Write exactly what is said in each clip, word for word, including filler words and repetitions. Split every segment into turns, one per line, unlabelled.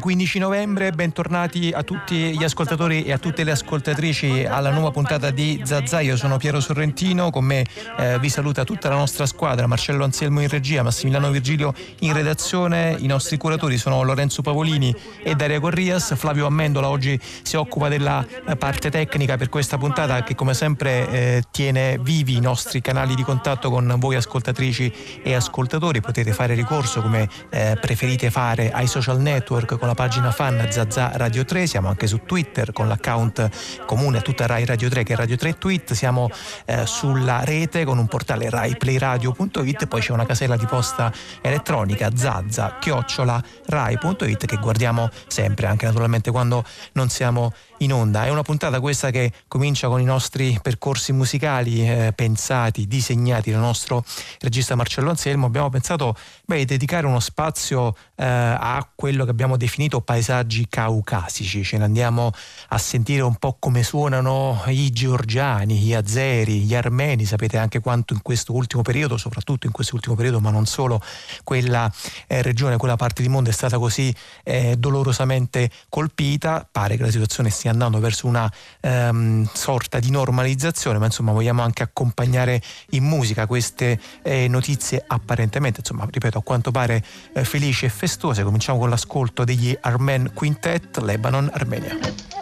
quindici novembre, bentornati a tutti gli ascoltatori e a tutte le ascoltatrici alla nuova puntata di Zazà. Io sono Piero Sorrentino, con me eh, vi saluta tutta la nostra squadra: Marcello Anselmo in regia, Massimiliano Virgilio in redazione. I nostri curatori sono Lorenzo Pavolini e Daria Corrias. Flavio Ammendola oggi si occupa della parte tecnica per questa puntata, che come sempre eh, tiene vivi i nostri canali di contatto con voi ascoltatrici e ascoltatori. Potete fare ricorso, come eh, preferite fare, ai social network con la pagina fan Zazà Radio tre. Siamo anche su Twitter con l'account comune a tutta Rai Radio tre, che è Radio tre Tweet. Siamo eh, sulla rete con un portale rai play radio punto it. Poi c'è una casella di posta elettronica zazza chiocciola rai punto it, che guardiamo sempre, anche naturalmente quando non siamo in onda. È una puntata questa che comincia con i nostri percorsi musicali eh, pensati, disegnati dal nostro regista Marcello Anselmo. Abbiamo pensato beh, di dedicare uno spazio eh, a quello che abbiamo definito paesaggi caucasici. Ce ne andiamo a sentire un po' come suonano i georgiani, gli azeri, gli armeni. Sapete anche quanto in questo ultimo periodo, soprattutto in questo ultimo periodo, ma non solo, quella eh, regione, quella parte di mondo è stata così eh, dolorosamente colpita. Pare che la situazione stia andando verso una ehm, sorta di normalizzazione, ma insomma vogliamo anche accompagnare in musica queste eh, notizie apparentemente, insomma, ripeto, a quanto pare eh, felici e festose. Cominciamo con l'ascolto degli Armen Quintet, Lebanon, Armenia.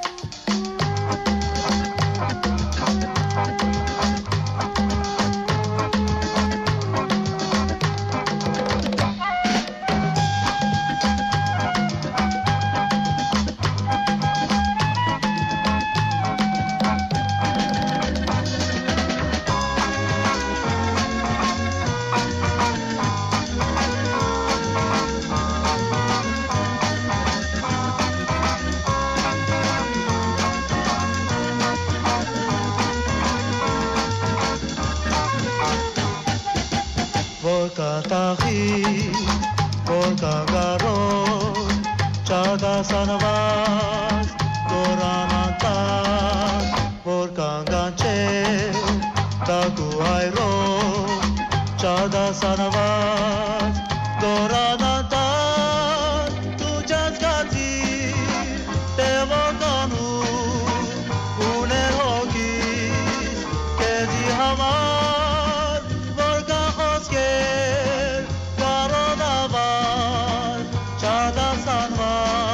Sanavas, Doranantas, Vorkanganche, Taguairo, Chada Sanavas, Doranantas, Tujaskati, Devoganu, Unerhogis, Kezi Hamad, Vorkahosker, Garonavar, Chada Sanavas.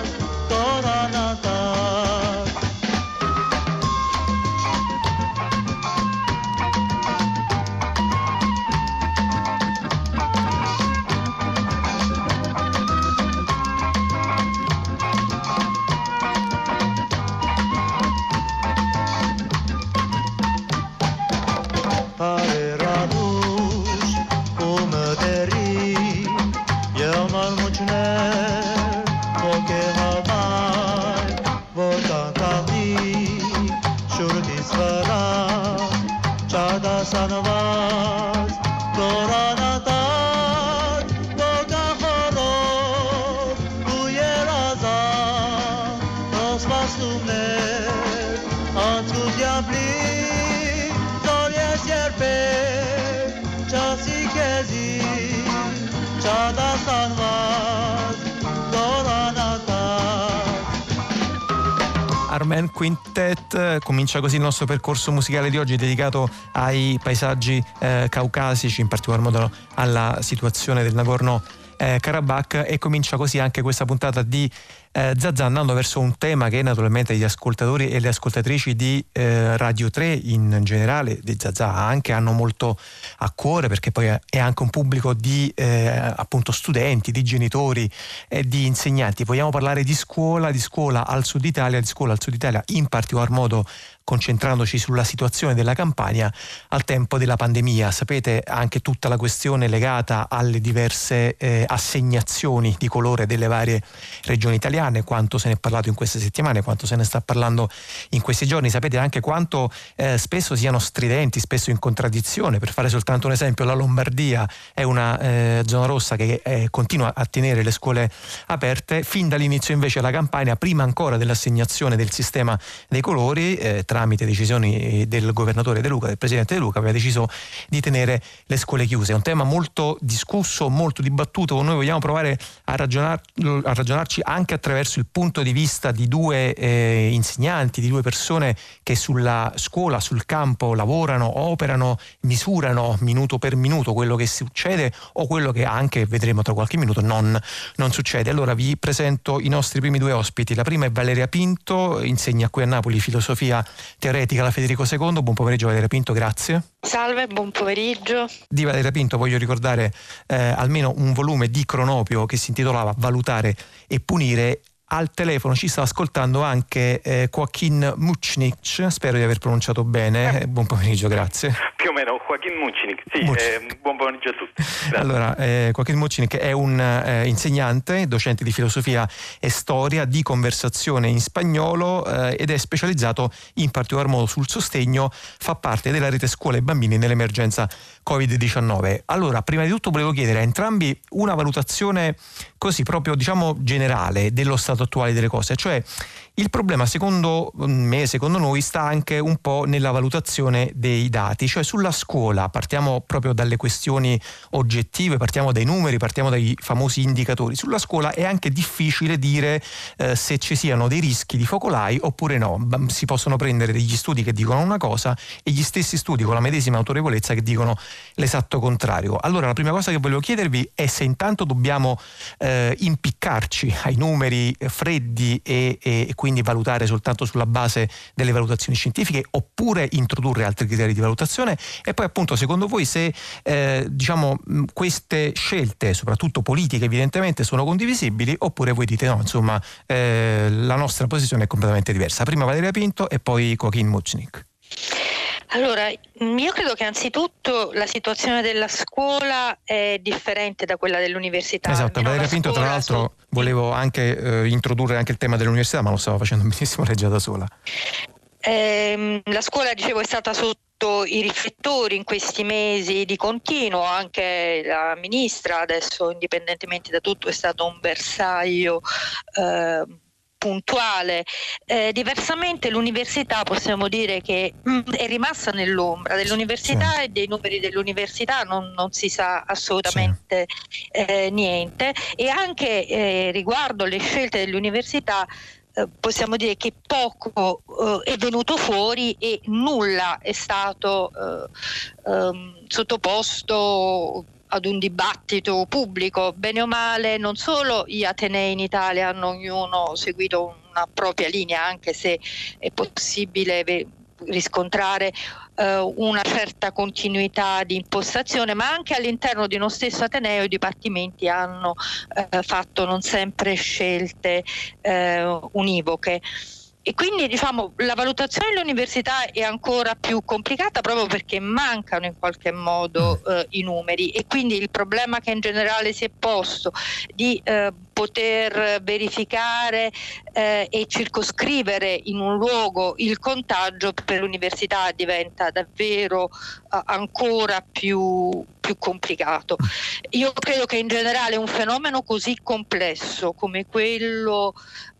Sanavas, Doranatat, Bogahoro, Uyeraza, Nos Vastumner, Antu Diabli, Dories Yerpe, Chasikezi, Chada Sanavas, Doranatat.
Armen Quintet. Comincia così il nostro percorso musicale di oggi, dedicato ai paesaggi eh, caucasici, in particolar modo alla situazione del Nagorno eh, Karabakh, e comincia così anche questa puntata di eh, Zazà, andando verso un tema che naturalmente gli ascoltatori e le ascoltatrici di eh, Radio tre, in generale di Zazà, anche hanno molto a cuore, perché poi è anche un pubblico di eh, appunto studenti, di genitori e di insegnanti. Vogliamo parlare di scuola, di scuola al Sud Italia, di scuola al Sud Italia in particolar modo concentrandoci sulla situazione della Campania al tempo della pandemia. Sapete anche tutta la questione legata alle diverse eh, assegnazioni di colore delle varie regioni italiane, quanto se ne è parlato in queste settimane, quanto se ne sta parlando in questi giorni. Sapete anche quanto eh, spesso siano stridenti, spesso in contraddizione. Per fare soltanto un esempio, la Lombardia è una eh, zona rossa che eh, continua a tenere le scuole aperte. Fin dall'inizio invece la Campania, prima ancora dell'assegnazione del sistema dei colori, eh, tra tramite decisioni del governatore De Luca, del presidente De Luca, aveva deciso di tenere le scuole chiuse. È un tema molto discusso, molto dibattuto. Noi vogliamo provare a, ragionar, a ragionarci anche attraverso il punto di vista di due eh, insegnanti, di due persone che sulla scuola, sul campo lavorano, operano, misurano minuto per minuto quello che succede o quello che anche, vedremo tra qualche minuto, non, non succede. Allora vi presento i nostri primi due ospiti. La prima è Valeria Pinto, insegna qui a Napoli filosofia teoretica alla Federico secondo. Buon pomeriggio Valeria Pinto, grazie.
Salve, buon pomeriggio.
Di Valeria Pinto voglio ricordare eh, almeno un volume di Cronopio che si intitolava Valutare e punire. Al telefono ci sta ascoltando anche eh, Joaquin Mucnik, spero di aver pronunciato bene. Eh, buon pomeriggio, grazie.
Più o meno, Joaquin Mucnik, sì, eh, buon pomeriggio a tutti. Grazie.
Allora, eh, Joaquin Mucnik è un eh, insegnante, docente di filosofia e storia, di conversazione in spagnolo eh, ed è specializzato in particolar modo sul sostegno, fa parte della rete scuola e bambini nell'emergenza covid diciannove. Allora, prima di tutto volevo chiedere a entrambi una valutazione così proprio, diciamo, generale dello stato attuale delle cose, cioè il problema secondo me, secondo noi, sta anche un po' nella valutazione dei dati, cioè sulla scuola. Partiamo proprio dalle questioni oggettive, partiamo dai numeri, partiamo dai famosi indicatori. Sulla scuola è anche difficile dire eh, se ci siano dei rischi di focolai oppure no. Si possono prendere degli studi che dicono una cosa e gli stessi studi con la medesima autorevolezza che dicono l'esatto contrario. Allora la prima cosa che volevo chiedervi è se intanto dobbiamo eh, impiccarci ai numeri freddi e, e quindi valutare soltanto sulla base delle valutazioni scientifiche oppure introdurre altri criteri di valutazione, e poi appunto secondo voi se eh, diciamo queste scelte, soprattutto politiche evidentemente, sono condivisibili oppure voi dite no, insomma eh, la nostra posizione è completamente diversa. Prima Valeria Pinto e poi Joaquin Mucnik.
Allora, io credo che anzitutto la situazione della scuola è differente da quella dell'università.
Esatto, Valeria Pinto tra l'altro su... volevo anche eh, introdurre anche il tema dell'università, ma lo stava facendo benissimo lei già da sola.
Eh, la scuola, dicevo, è stata sotto i riflettori in questi mesi di continuo, anche la ministra adesso, indipendentemente da tutto, è stato un bersaglio eh, puntuale. Eh, diversamente l'università possiamo dire che mh, è rimasta nell'ombra dell'università, sì. E dei numeri dell'università non, non si sa assolutamente sì. eh, niente, e anche eh, riguardo le scelte dell'università eh, possiamo dire che poco eh, è venuto fuori e nulla è stato eh, ehm, sottoposto ad un dibattito pubblico. Bene o male, non solo gli atenei in Italia hanno ognuno seguito una propria linea, anche se è possibile riscontrare eh, una certa continuità di impostazione, ma anche all'interno di uno stesso ateneo i dipartimenti hanno eh, fatto non sempre scelte eh, univoche. E quindi diciamo la valutazione dell'università è ancora più complicata proprio perché mancano in qualche modo eh, i numeri, e quindi il problema che in generale si è posto di eh, poter verificare eh, e circoscrivere in un luogo il contagio per l'università diventa davvero eh, ancora più, più complicato. Io credo che in generale un fenomeno così complesso come quello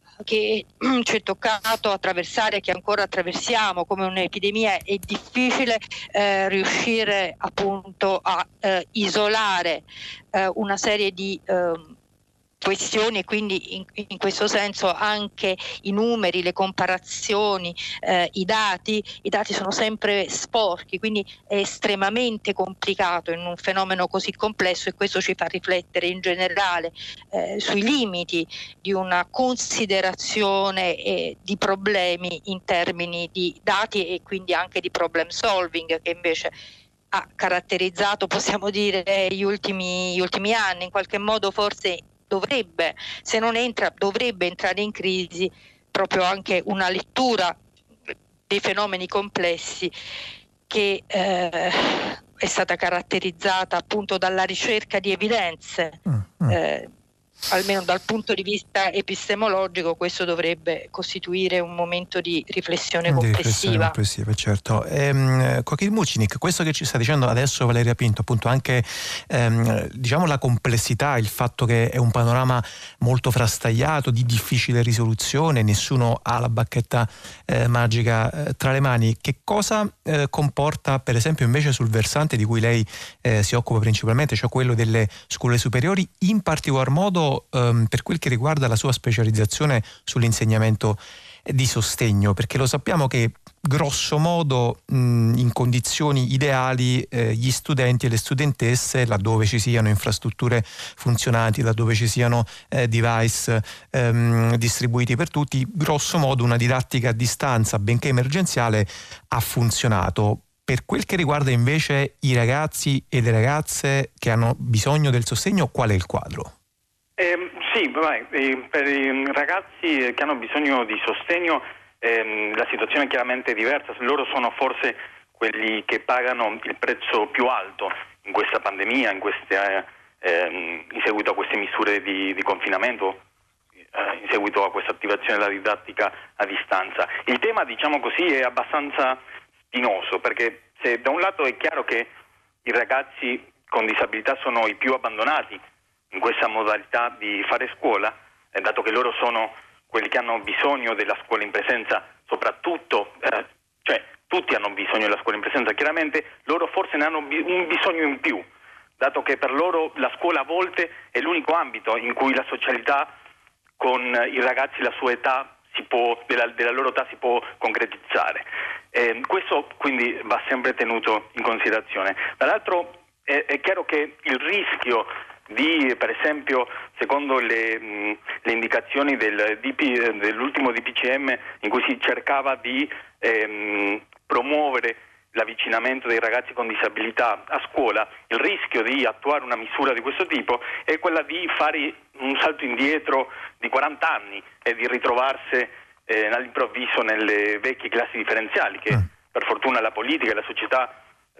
che ci è toccato attraversare, che ancora attraversiamo come un'epidemia, è difficile eh, riuscire appunto a eh, isolare eh, una serie di eh, questioni, e quindi in, in questo senso anche i numeri, le comparazioni, eh, i dati, i dati sono sempre sporchi, quindi è estremamente complicato in un fenomeno così complesso, e questo ci fa riflettere in generale eh, sui limiti di una considerazione eh, di problemi in termini di dati e quindi anche di problem solving, che invece ha caratterizzato, possiamo dire, gli ultimi, gli ultimi anni. In qualche modo forse dovrebbe, se non entra, dovrebbe entrare in crisi proprio anche una lettura dei fenomeni complessi che eh, è stata caratterizzata appunto dalla ricerca di evidenze.
Mm, mm.
Eh, almeno dal punto di vista epistemologico, questo dovrebbe costituire un momento di riflessione
di
complessiva.
Riflessione complessiva, certo. Ehm, Joachim Mucinik, questo che ci sta dicendo adesso Valeria Pinto, appunto anche ehm, diciamo la complessità, il fatto che è un panorama molto frastagliato, di difficile risoluzione, nessuno ha la bacchetta eh, magica eh, tra le mani, che cosa eh, comporta per esempio invece sul versante di cui lei eh, si occupa principalmente, cioè quello delle scuole superiori, in particolar modo ehm, per quel che riguarda la sua specializzazione sull'insegnamento di sostegno, perché lo sappiamo che grosso modo mh, in condizioni ideali eh, gli studenti e le studentesse, laddove ci siano infrastrutture funzionanti, laddove ci siano eh, device ehm, distribuiti per tutti, grosso modo una didattica a distanza, benché emergenziale, ha funzionato. Per quel che riguarda invece i ragazzi e le ragazze che hanno bisogno del sostegno, qual è il quadro?
Eh, sì, vai, eh, per i ragazzi che hanno bisogno di sostegno ehm, la situazione è chiaramente diversa. Loro sono forse quelli che pagano il prezzo più alto in questa pandemia, in, queste, ehm, in seguito a queste misure di, di confinamento, eh, in seguito a questa attivazione della didattica a distanza. Il tema, diciamo così, è abbastanza spinoso, perché se da un lato è chiaro che i ragazzi con disabilità sono i più abbandonati in questa modalità di fare scuola, eh, dato che loro sono quelli che hanno bisogno della scuola in presenza, soprattutto, eh, cioè tutti hanno bisogno della scuola in presenza, chiaramente loro forse ne hanno bi- un bisogno in più, dato che per loro la scuola a volte è l'unico ambito in cui la socialità con i ragazzi della sua età si può, della, della loro età si può concretizzare. Eh, questo quindi va sempre tenuto in considerazione. Dall'altro è, è chiaro che il rischio di, per esempio, secondo le, mh, le indicazioni del D P, dell'ultimo D P C M, in cui si cercava di ehm, promuovere l'avvicinamento dei ragazzi con disabilità a scuola, il rischio di attuare una misura di questo tipo è quella di fare un salto indietro di quaranta anni e di ritrovarsi eh, all'improvviso nelle vecchie classi differenziali che mm. per fortuna la politica e la società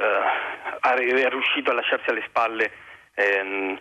eh, è riuscito a lasciarsi alle spalle eh,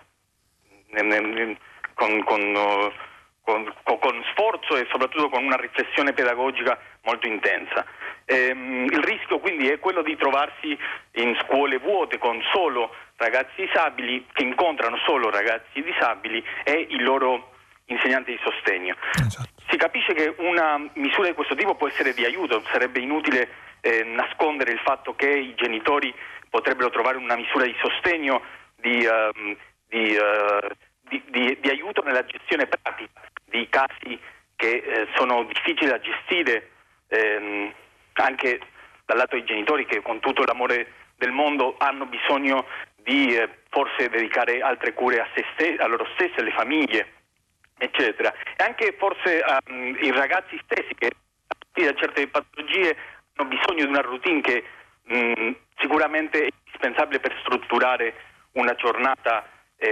Con, con, con, con sforzo e soprattutto con una riflessione pedagogica molto intensa. Ehm, il rischio quindi è quello di trovarsi in scuole vuote con solo ragazzi disabili, che incontrano solo ragazzi disabili e i loro insegnanti di sostegno. Esatto. Si capisce che una misura di questo tipo può essere di aiuto, sarebbe inutile eh, nascondere il fatto che i genitori potrebbero trovare una misura di sostegno, di uh, Di, uh, di, di, di aiuto nella gestione pratica di casi che eh, sono difficili da gestire ehm, anche dal lato dei genitori, che con tutto l'amore del mondo hanno bisogno di eh, forse dedicare altre cure a se stessi, a loro stessi, alle famiglie, eccetera. E anche forse um, i ragazzi stessi che da certe patologie hanno bisogno di una routine che mh, sicuramente è indispensabile per strutturare una giornata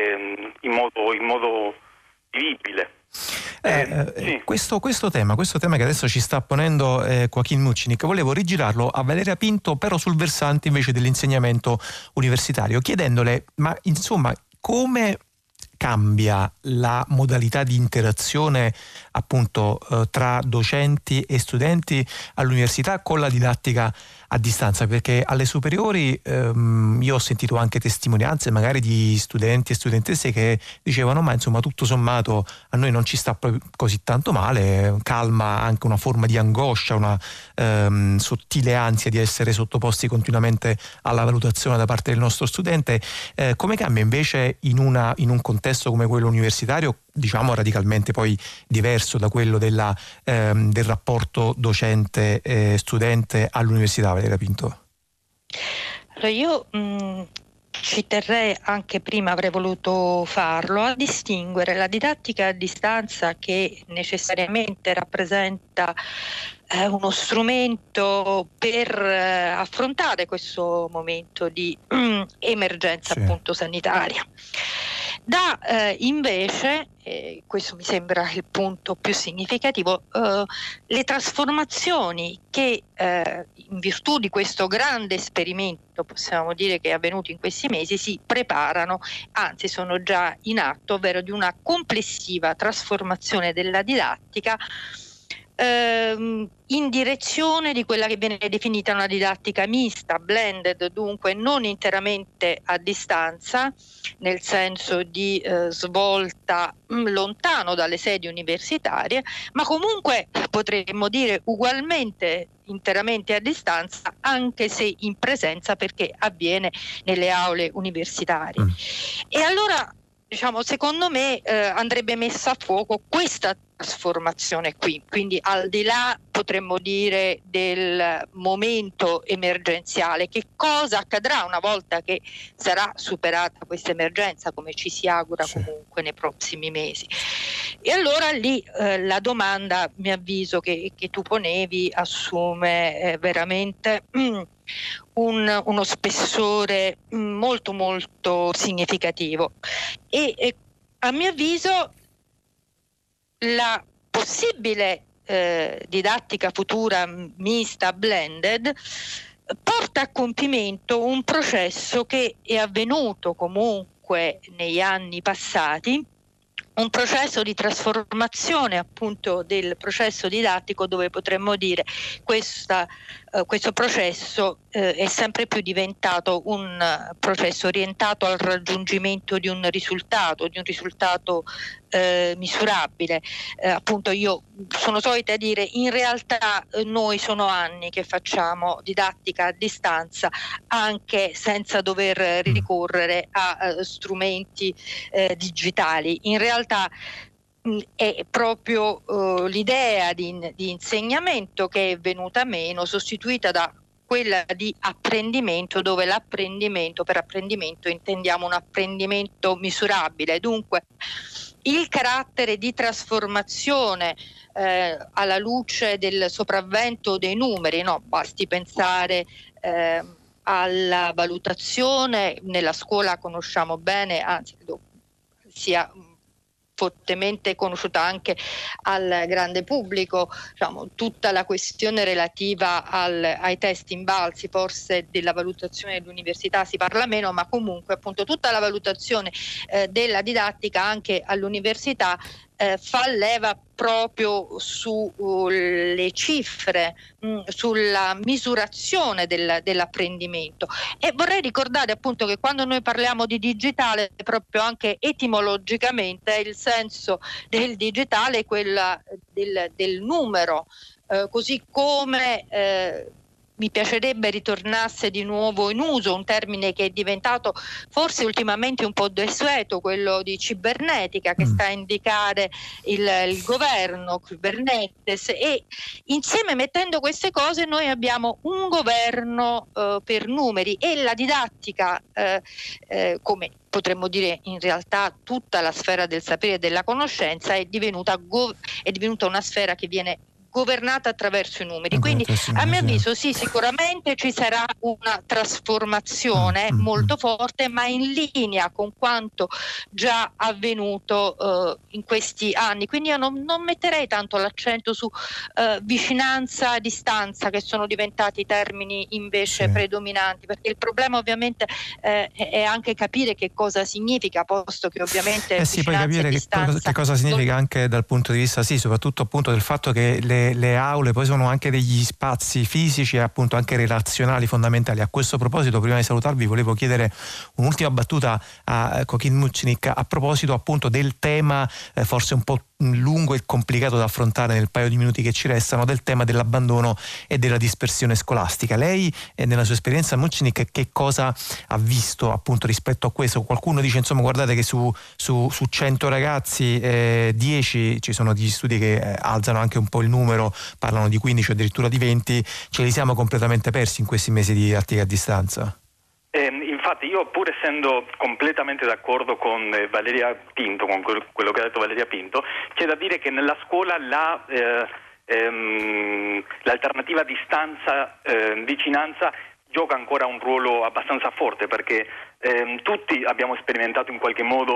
in modo, in modo vivibile.
Eh, eh, sì. questo, questo tema questo tema che adesso ci sta ponendo eh, Joachim Mucinik, volevo rigirarlo a Valeria Pinto, però sul versante invece dell'insegnamento universitario, chiedendole ma insomma come cambia la modalità di interazione appunto eh, tra docenti e studenti all'università con la didattica a distanza, perché alle superiori ehm, io ho sentito anche testimonianze magari di studenti e studentesse che dicevano ma insomma tutto sommato a noi non ci sta proprio così tanto male, calma anche una forma di angoscia, una ehm, sottile ansia di essere sottoposti continuamente alla valutazione da parte del nostro studente. Eh, come cambia invece in, una, in un contesto come quello universitario, diciamo radicalmente poi diverso da quello della, ehm, del rapporto docente-studente eh, all'università, Valeria Pinto?
Allora io mh, ci terrei, anche prima avrei voluto farlo, a distinguere la didattica a distanza, che necessariamente rappresenta eh, uno strumento per eh, affrontare questo momento di mh, emergenza sì. appunto sanitaria, Da eh, invece, eh, questo mi sembra il punto più significativo, eh, le trasformazioni che eh, in virtù di questo grande esperimento, possiamo dire, che è avvenuto in questi mesi, si preparano, anzi sono già in atto, ovvero di una complessiva trasformazione della didattica ehm, in direzione di quella che viene definita una didattica mista, blended, dunque non interamente a distanza, nel senso di eh, svolta mh, lontano dalle sedi universitarie, ma comunque potremmo dire ugualmente interamente a distanza, anche se in presenza, perché avviene nelle aule universitarie. Mm. E allora, diciamo, secondo me eh, andrebbe messa a fuoco questa trasformazione qui, quindi al di là, potremmo dire, del momento emergenziale, che cosa accadrà una volta che sarà superata questa emergenza, come ci si augura sì. comunque nei prossimi mesi. E allora lì eh, la domanda, mi avviso, che, che tu ponevi assume eh, veramente mm, un, uno spessore mm, molto molto significativo e, e a mio avviso la possibile eh, didattica futura mista, blended, porta a compimento un processo che è avvenuto comunque negli anni passati, un processo di trasformazione appunto del processo didattico, dove potremmo dire questa, eh, questo processo eh, è sempre più diventato un uh, processo orientato al raggiungimento di un risultato, di un risultato eh, misurabile. Eh, appunto io sono solita dire, in realtà eh, noi sono anni che facciamo didattica a distanza anche senza dover ricorrere a uh, strumenti eh, digitali. In realtà è proprio uh, l'idea di, di insegnamento che è venuta meno, sostituita da quella di apprendimento, dove l'apprendimento, per apprendimento intendiamo un apprendimento misurabile. Dunque il carattere di trasformazione eh, alla luce del sopravvento dei numeri, no? Basti pensare eh, alla valutazione. Nella scuola conosciamo bene, anzi credo sia fortemente conosciuta anche al grande pubblico, diciamo, tutta la questione relativa al, ai test invalsi. Forse della valutazione dell'università si parla meno, ma comunque appunto tutta la valutazione eh, della didattica anche all'università eh, fa leva proprio sulle uh, cifre, mh, sulla misurazione del, dell'apprendimento. E vorrei ricordare appunto che quando noi parliamo di digitale, proprio anche etimologicamente, il senso del digitale è quella del, del numero, eh, così come eh, mi piacerebbe ritornasse di nuovo in uso un termine che è diventato forse ultimamente un po' desueto, quello di cibernetica, che mm. sta a indicare il, il governo, Kubernetes, e insieme, mettendo queste cose, noi abbiamo un governo eh, per numeri, e la didattica eh, eh, come potremmo dire in realtà tutta la sfera del sapere e della conoscenza è divenuta, go- è divenuta una sfera che viene governata attraverso i numeri. Quindi a mio avviso sì, sicuramente ci sarà una trasformazione mm, molto mm. forte, ma in linea con quanto già avvenuto uh, in questi anni. Quindi io non, non metterei tanto l'accento su uh, vicinanza a distanza, che sono diventati termini invece sì. predominanti, perché il problema ovviamente eh, è anche capire che cosa significa, posto che ovviamente
eh sì, poi capire che, che cosa significa non... anche dal punto di vista sì, soprattutto appunto del fatto che le le aule poi sono anche degli spazi fisici e appunto anche relazionali fondamentali. A questo proposito, prima di salutarvi, volevo chiedere un'ultima battuta a Cokin Mucnik a proposito appunto del tema eh, forse un po' lungo e complicato da affrontare nel paio di minuti che ci restano, del tema dell'abbandono e della dispersione scolastica. Lei eh, nella sua esperienza, Mucnik, che cosa ha visto appunto rispetto a questo? Qualcuno dice insomma guardate che su, su, su cento ragazzi eh, dieci, ci sono degli studi che eh, alzano anche un po' il numero, parlano di quindici o addirittura di venti, ce li siamo completamente persi in questi mesi di didattica a distanza.
Eh, infatti io, pur essendo completamente d'accordo con eh, Valeria Pinto, con quello che ha detto Valeria Pinto, c'è da dire che nella scuola la, eh, ehm, l'alternativa distanza, eh, vicinanza gioca ancora un ruolo abbastanza forte, perché ehm, tutti abbiamo sperimentato in qualche modo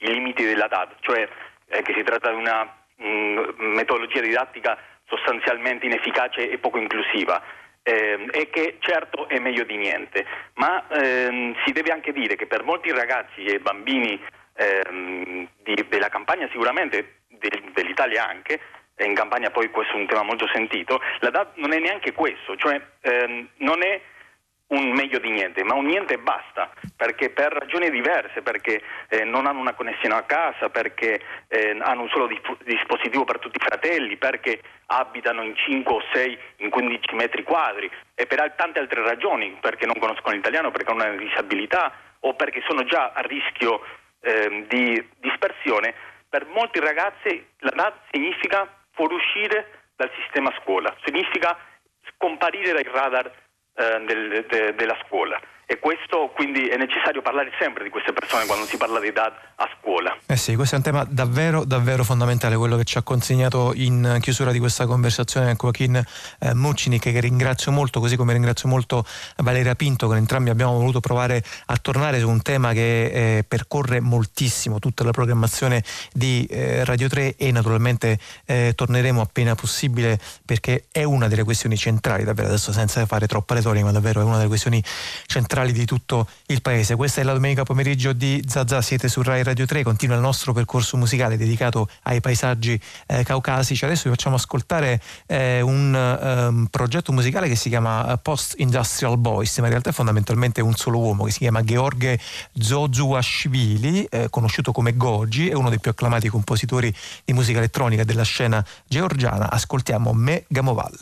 i limiti della D A D, cioè eh, che si tratta di una mh, metodologia didattica sostanzialmente inefficace e poco inclusiva. Eh, e che certo è meglio di niente, ma ehm, si deve anche dire che per molti ragazzi e bambini ehm, di, della Campania, sicuramente del, dell'Italia anche, e in Campania poi questo è un tema molto sentito, la D A D non è neanche questo, cioè ehm, non è un meglio di niente, ma un niente e basta, perché per ragioni diverse, perché eh, non hanno una connessione a casa, perché eh, hanno un solo disp- dispositivo per tutti i fratelli, perché abitano in cinque o sei, in quindici metri quadri, e per al- tante altre ragioni, perché non conoscono l'italiano, perché hanno una disabilità o perché sono già a rischio eh, di dispersione. Per molti ragazzi la D A D significa fuoriuscire dal sistema scuola, significa scomparire dai radar Del, de, della scuola, e questo quindi è necessario parlare sempre di queste persone quando si parla di D A D a scuola.
Eh sì, questo è un tema davvero davvero fondamentale, quello che ci ha consegnato in chiusura di questa conversazione Joaquin eh, Mucinic, che ringrazio molto, così come ringrazio molto Valeria Pinto, con entrambi abbiamo voluto provare a tornare su un tema che eh, percorre moltissimo tutta la programmazione di eh, Radio tre, e naturalmente eh, torneremo appena possibile, perché è una delle questioni centrali, davvero, adesso senza fare troppa retorica, ma davvero è una delle questioni centrali di tutto il paese. Questa è la domenica pomeriggio di Zazà, siete su Rai Radio tre, continua il nostro percorso musicale dedicato ai paesaggi eh, caucasici. Adesso vi facciamo ascoltare eh, un um, progetto musicale che si chiama Post Industrial Boys, ma in realtà è fondamentalmente un solo uomo che si chiama George Zozuashvili, eh, conosciuto come Goji, è uno dei più acclamati compositori di musica elettronica della scena georgiana. Ascoltiamo Me Gamoval.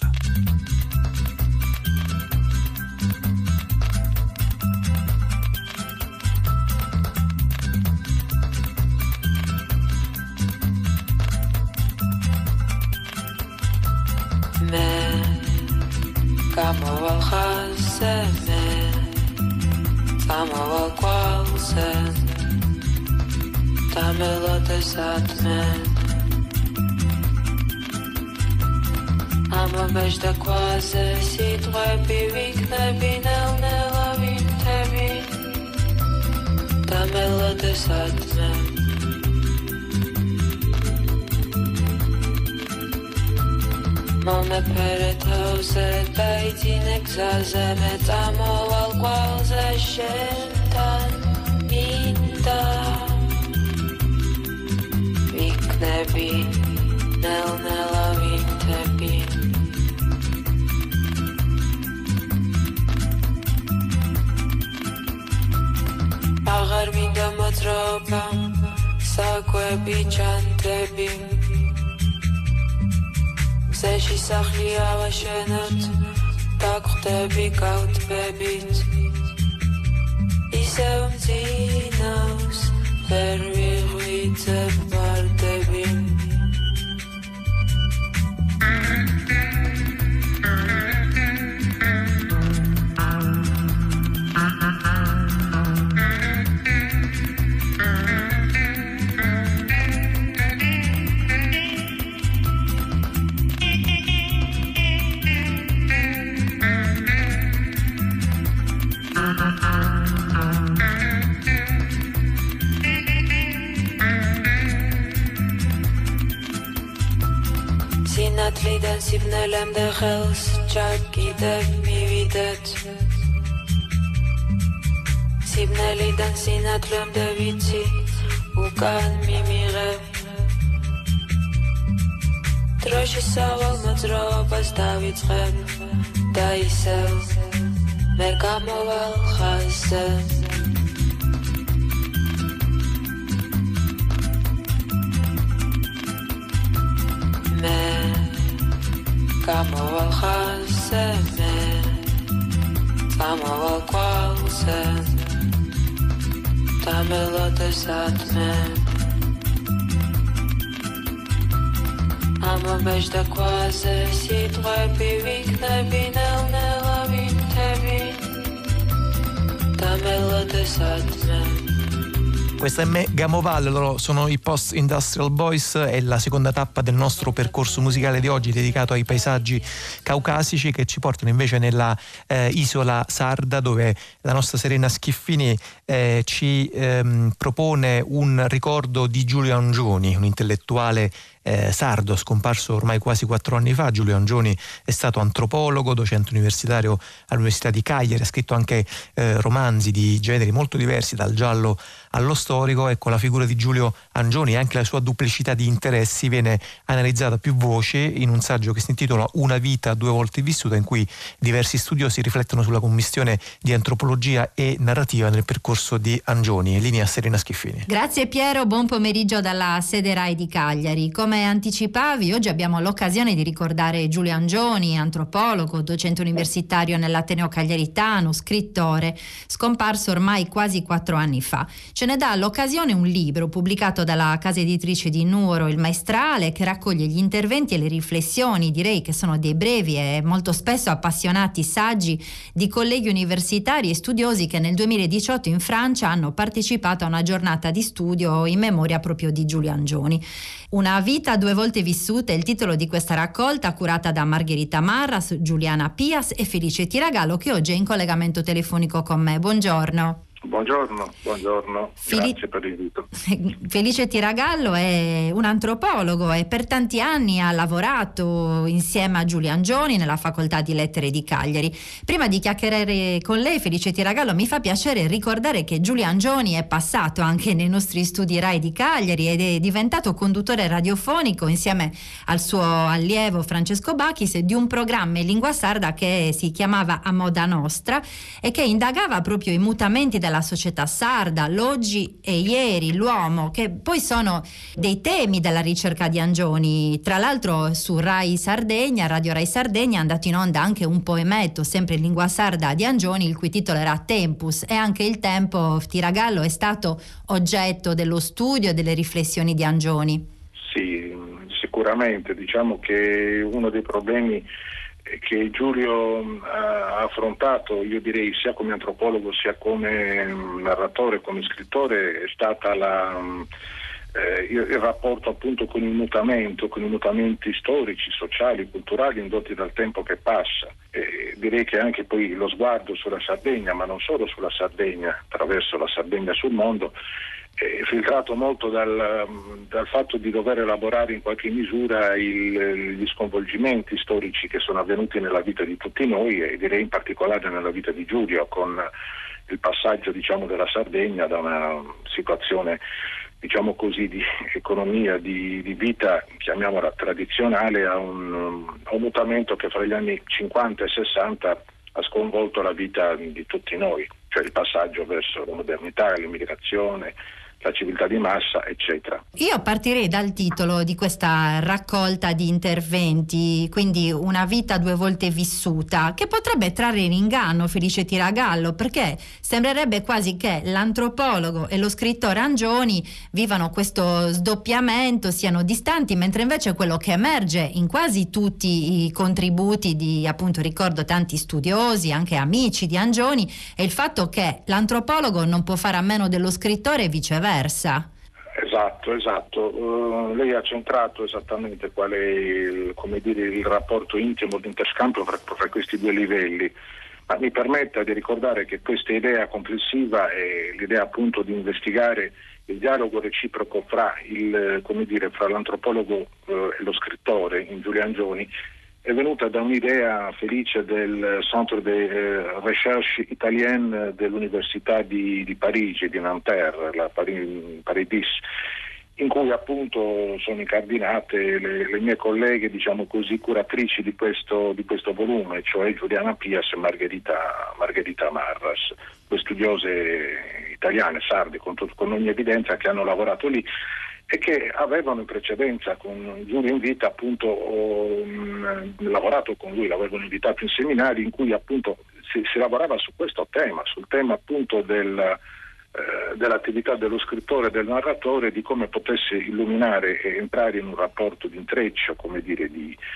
Gamoval khazeme Gamoval kwalsen Tamelo desatme Ama bejda quase si trebi viknebi nel nelavim tebi Tamelo desatme Mome peretauze bejtinek zazeme Tamoval qualze shentan inda Viknebi nel nelavim tebi Agar vinga motroba Sakwebi chantebi Zeshi sachli avashenot Takhtebi kautbebit Iseum zinaus Verviruite bardebin Liden sibnelem de khels chakide mi videt Sibneliden sinatlem de vitsi ukan mi mire Troshi saval matroba stavit kheb da isel me gamoval khazem Me Gamoval khazeme Tamoval kwalsen Tamelo desatme Ama bejda quase si trebi viknebi nel nelavim tebi Tamelo desatme
Questa è Gamoval, loro sono i Post Industrial Boys, è la seconda tappa del nostro percorso musicale di oggi dedicato ai paesaggi caucasici, che ci portano invece nella eh, isola sarda, dove la nostra Serena Schiffini eh, ci ehm, propone un ricordo di Giulio Angioni, un intellettuale Eh, sardo scomparso ormai quasi quattro anni fa. Giulio Angioni è stato antropologo, docente universitario all'Università di Cagliari, ha scritto anche eh, romanzi di generi molto diversi, dal giallo allo storico. Ecco, la figura di Giulio Angioni e anche la sua duplicità di interessi viene analizzata a più voci in un saggio che si intitola Una vita due volte vissuta, in cui diversi studiosi riflettono sulla commistione di antropologia e narrativa nel percorso di Angioni. In linea Serena Schiffini.
Grazie Piero, buon pomeriggio dalla sede Rai di Cagliari. Come anticipavi, oggi abbiamo l'occasione di ricordare Giulio Angioni, antropologo, docente universitario nell'Ateneo Cagliaritano, scrittore, scomparso ormai quasi quattro anni fa. Ce ne dà l'occasione un libro pubblicato dalla casa editrice di Nuoro, Il Maestrale, che raccoglie gli interventi e le riflessioni, direi che sono dei brevi e molto spesso appassionati saggi di colleghi universitari e studiosi che nel duemiladiciotto in Francia hanno partecipato a una giornata di studio in memoria proprio di Giulio Angioni. Una vita due volte vissuta è il titolo di questa raccolta, curata da Margherita Marras, Giuliana Pias e Felice Tiragallo, che oggi è in collegamento telefonico con me. Buongiorno.
Buongiorno, buongiorno,
Feli-
grazie per l'invito.
Felice Tiragallo è un antropologo e per tanti anni ha lavorato insieme a Giulio Angioni nella Facoltà di Lettere di Cagliari. Prima di chiacchierare con lei, Felice Tiragallo, mi fa piacere ricordare che Giulio Angioni è passato anche nei nostri studi Rai di Cagliari ed è diventato conduttore radiofonico insieme al suo allievo Francesco Bachis di un programma in lingua sarda che si chiamava A Moda Nostra e che indagava proprio i mutamenti della la società sarda, l'oggi e ieri, l'uomo, che poi sono dei temi della ricerca di Angioni. Tra l'altro su Rai Sardegna, Radio Rai Sardegna, è andato in onda anche un poemetto sempre in lingua sarda di Angioni, il cui titolo era Tempus, e anche il tempo, Tiragallo, è stato oggetto dello studio e delle riflessioni di Angioni.
Sì, sicuramente. Diciamo che uno dei problemi che Giulio ha affrontato, io direi sia come antropologo sia come narratore, come scrittore, è stata la, eh, il rapporto appunto con il mutamento, con i mutamenti storici, sociali, culturali indotti dal tempo che passa. E direi che anche poi lo sguardo sulla Sardegna, ma non solo sulla Sardegna, attraverso la Sardegna sul mondo, è filtrato molto dal, dal fatto di dover elaborare in qualche misura il, gli sconvolgimenti storici che sono avvenuti nella vita di tutti noi e direi in particolare nella vita di Giulio, con il passaggio, diciamo, della Sardegna da una situazione, diciamo così, di economia, di, di vita, chiamiamola tradizionale, a un, a un mutamento che fra gli anni cinquanta e sessanta ha sconvolto la vita di tutti noi, cioè il passaggio verso la modernità, l'immigrazione, la civiltà di massa, eccetera.
Io partirei dal titolo di questa raccolta di interventi, quindi Una vita due volte vissuta, che potrebbe trarre in inganno Felice Tiragallo, perché sembrerebbe quasi che l'antropologo e lo scrittore Angioni vivano questo sdoppiamento, siano distanti, mentre invece quello che emerge in quasi tutti i contributi di, appunto, ricordo tanti studiosi, anche amici di Angioni, è il fatto che l'antropologo non può fare a meno dello scrittore e viceversa.
Esatto, esatto. Uh, lei ha centrato esattamente qual è il, come dire, il rapporto intimo, l'interscambio fra, fra questi due livelli. Ma mi permetta di ricordare che questa idea complessiva è l'idea appunto di investigare il dialogo reciproco fra, il, come dire, fra l'antropologo uh, e lo scrittore in Giulio Angioni. È venuta da un'idea felice del Centre de Recherche Italienne dell'Università di, di Parigi, di Nanterre, la Paris, Paris dix, in cui appunto sono incardinate le, le mie colleghe, diciamo così, curatrici di questo, di questo volume, cioè Giuliana Pias e Margherita, Margherita Marras, due studiose italiane, sarde, con, con ogni evidenza, che hanno lavorato lì e che avevano in precedenza con Giulio in vita appunto ho, mh, lavorato con lui, l'avevano invitato in seminari in cui appunto si, si lavorava su questo tema, sul tema appunto del, eh, dell'attività dello scrittore e del narratore, di come potesse illuminare e entrare in un rapporto di intreccio, come dire, di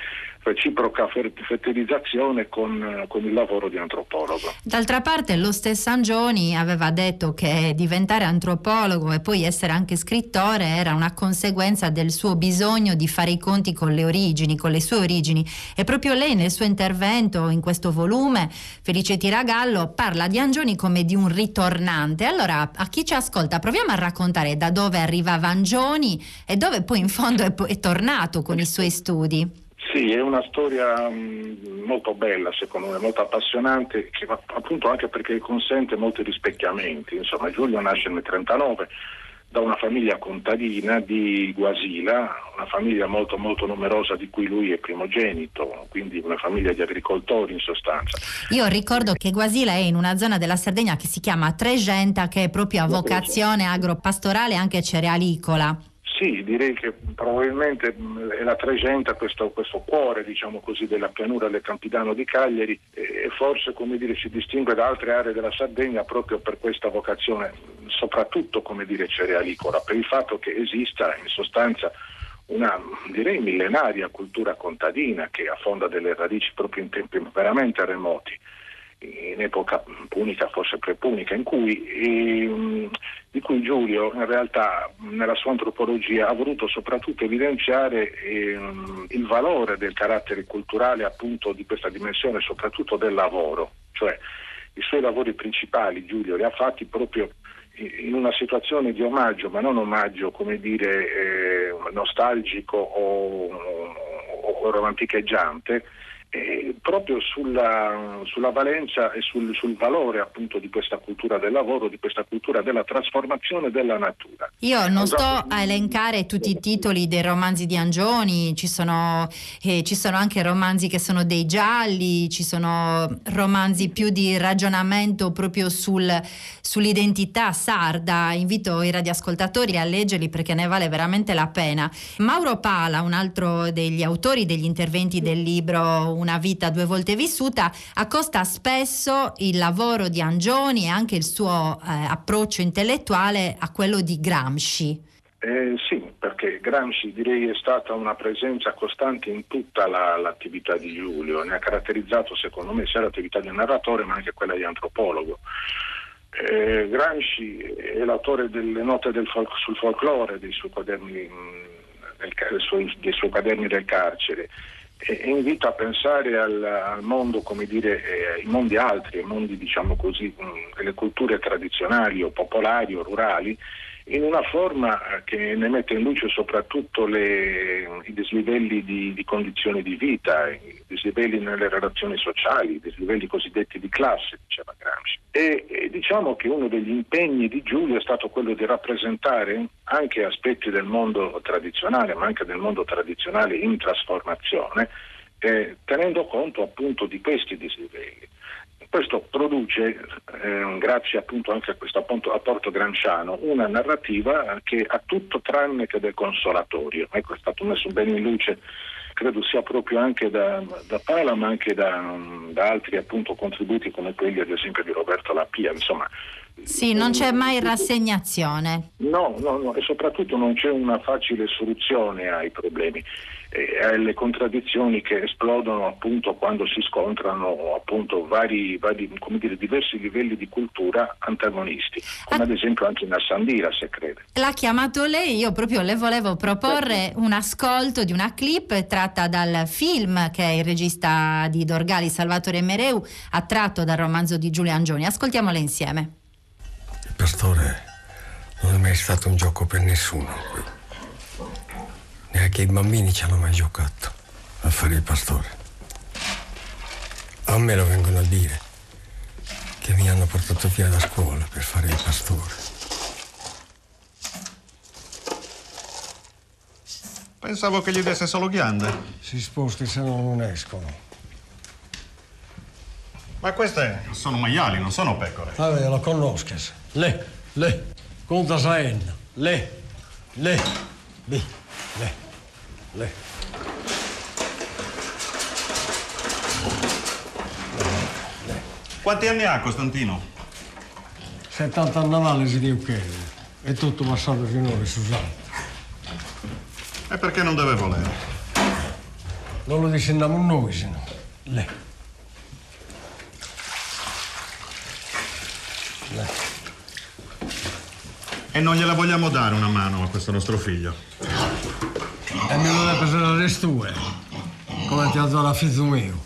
reciproca fertilizzazione con, con il lavoro di antropologo.
D'altra parte lo stesso Angioni aveva detto che diventare antropologo e poi essere anche scrittore era una conseguenza del suo bisogno di fare i conti con le origini, con le sue origini, e proprio lei nel suo intervento in questo volume, Felice Tiragallo, parla di Angioni come di un ritornante. Allora, a chi ci ascolta, proviamo a raccontare da dove arrivava Angioni e dove poi in fondo è, è tornato con i suoi studi.
Sì, è una storia mh, molto bella, secondo me, molto appassionante, che appunto anche perché consente molti rispecchiamenti. Insomma, Giulio nasce nel trentanove da una famiglia contadina di Guasila, una famiglia molto molto numerosa di cui lui è primogenito, quindi una famiglia di agricoltori in sostanza.
Io ricordo che Guasila è in una zona della Sardegna che si chiama Tregenta, che è proprio a vocazione agropastorale e anche cerealicola.
Sì, direi che probabilmente è la Tregenta, questo, questo cuore, diciamo così, della pianura del Campidano di Cagliari, e forse, come dire, si distingue da altre aree della Sardegna proprio per questa vocazione, soprattutto, come dire, cerealicola, per il fatto che esista in sostanza una, direi, millenaria cultura contadina che affonda delle radici proprio in tempi veramente remoti, in epoca punica, forse prepunica, in cui, eh, di cui Giulio in realtà nella sua antropologia ha voluto soprattutto evidenziare eh, il valore del carattere culturale appunto di questa dimensione, soprattutto del lavoro. Cioè i suoi lavori principali Giulio li ha fatti proprio in una situazione di omaggio, ma non omaggio, come dire, eh, nostalgico o, o romanticheggiante, Eh, proprio sulla, sulla valenza e sul, sul valore appunto di questa cultura del lavoro, di questa cultura della trasformazione della natura.
Io non sto a elencare tutti i titoli dei romanzi di Angioni, ci sono, eh, ci sono anche romanzi che sono dei gialli, ci sono romanzi più di ragionamento proprio sul, sull'identità sarda. Invito i radioascoltatori a leggerli perché ne vale veramente la pena. Mauro Pala, un altro degli autori degli interventi del libro Una vita due volte vissuta, accosta spesso il lavoro di Angioni e anche il suo eh, approccio intellettuale a quello di Gramsci.
Eh, sì, perché Gramsci direi è stata una presenza costante in tutta la, l'attività di Giulio, ne ha caratterizzato secondo me sia l'attività di narratore ma anche quella di antropologo. Eh, Gramsci è l'autore delle note del fol- sul folklore dei suoi quaderni, del, dei suoi, dei suoi quaderni del carcere. E invito a pensare al, al mondo, come dire, eh, ai mondi altri, ai mondi, diciamo così, mh, delle culture tradizionali o popolari o rurali, in una forma che ne mette in luce soprattutto le, i dislivelli di, di condizioni di vita, i dislivelli nelle relazioni sociali, i dislivelli cosiddetti di classe, diceva Gramsci. E, e diciamo che uno degli impegni di Giulio è stato quello di rappresentare anche aspetti del mondo tradizionale, ma anche del mondo tradizionale in trasformazione, eh, tenendo conto appunto di questi dislivelli. Questo produce, eh, grazie appunto anche a questo appunto, apporto gramsciano, una narrativa che ha tutto tranne che del consolatorio. Ecco, è stato messo bene in luce, credo sia proprio anche da, da Pala, ma anche da, da altri appunto contributi come quelli ad esempio di Roberto Lappia, insomma.
Sì, non c'è mai rassegnazione.
No, no, no, e soprattutto non c'è una facile soluzione ai problemi, eh, alle contraddizioni che esplodono appunto quando si scontrano appunto vari, vari come dire, diversi livelli di cultura antagonisti, come ad esempio anche in Assandira, se crede.
L'ha chiamato lei, io proprio le volevo proporre un ascolto di una clip tratta dal film che il regista di Dorgali, Salvatore Mereu, ha tratto dal romanzo di Giulio Angioni. Ascoltiamola insieme.
Il pastore non è mai stato un gioco per nessuno qui. Neanche i bambini ci hanno mai giocato a fare il pastore. A me lo vengono a dire che mi hanno portato via da scuola per fare il pastore.
Pensavo che gli desse solo ghiande.
Si sposti se no non escono.
Ma queste sono maiali, non sono pecore.
Vabbè, lo conosces. Le, le, conta saenna. Le, le, le, le, le.
Quanti anni ha Costantino?
settantanove si dice che è tutto passato finora, Susanna.
E perché non deve volere?
non lo diciamo noi, se no. Lei. Lei.
E non gliela vogliamo dare una mano a questo nostro figlio?
E me lo deve pesare tu, eh. Come ti ha dato la figlio mio.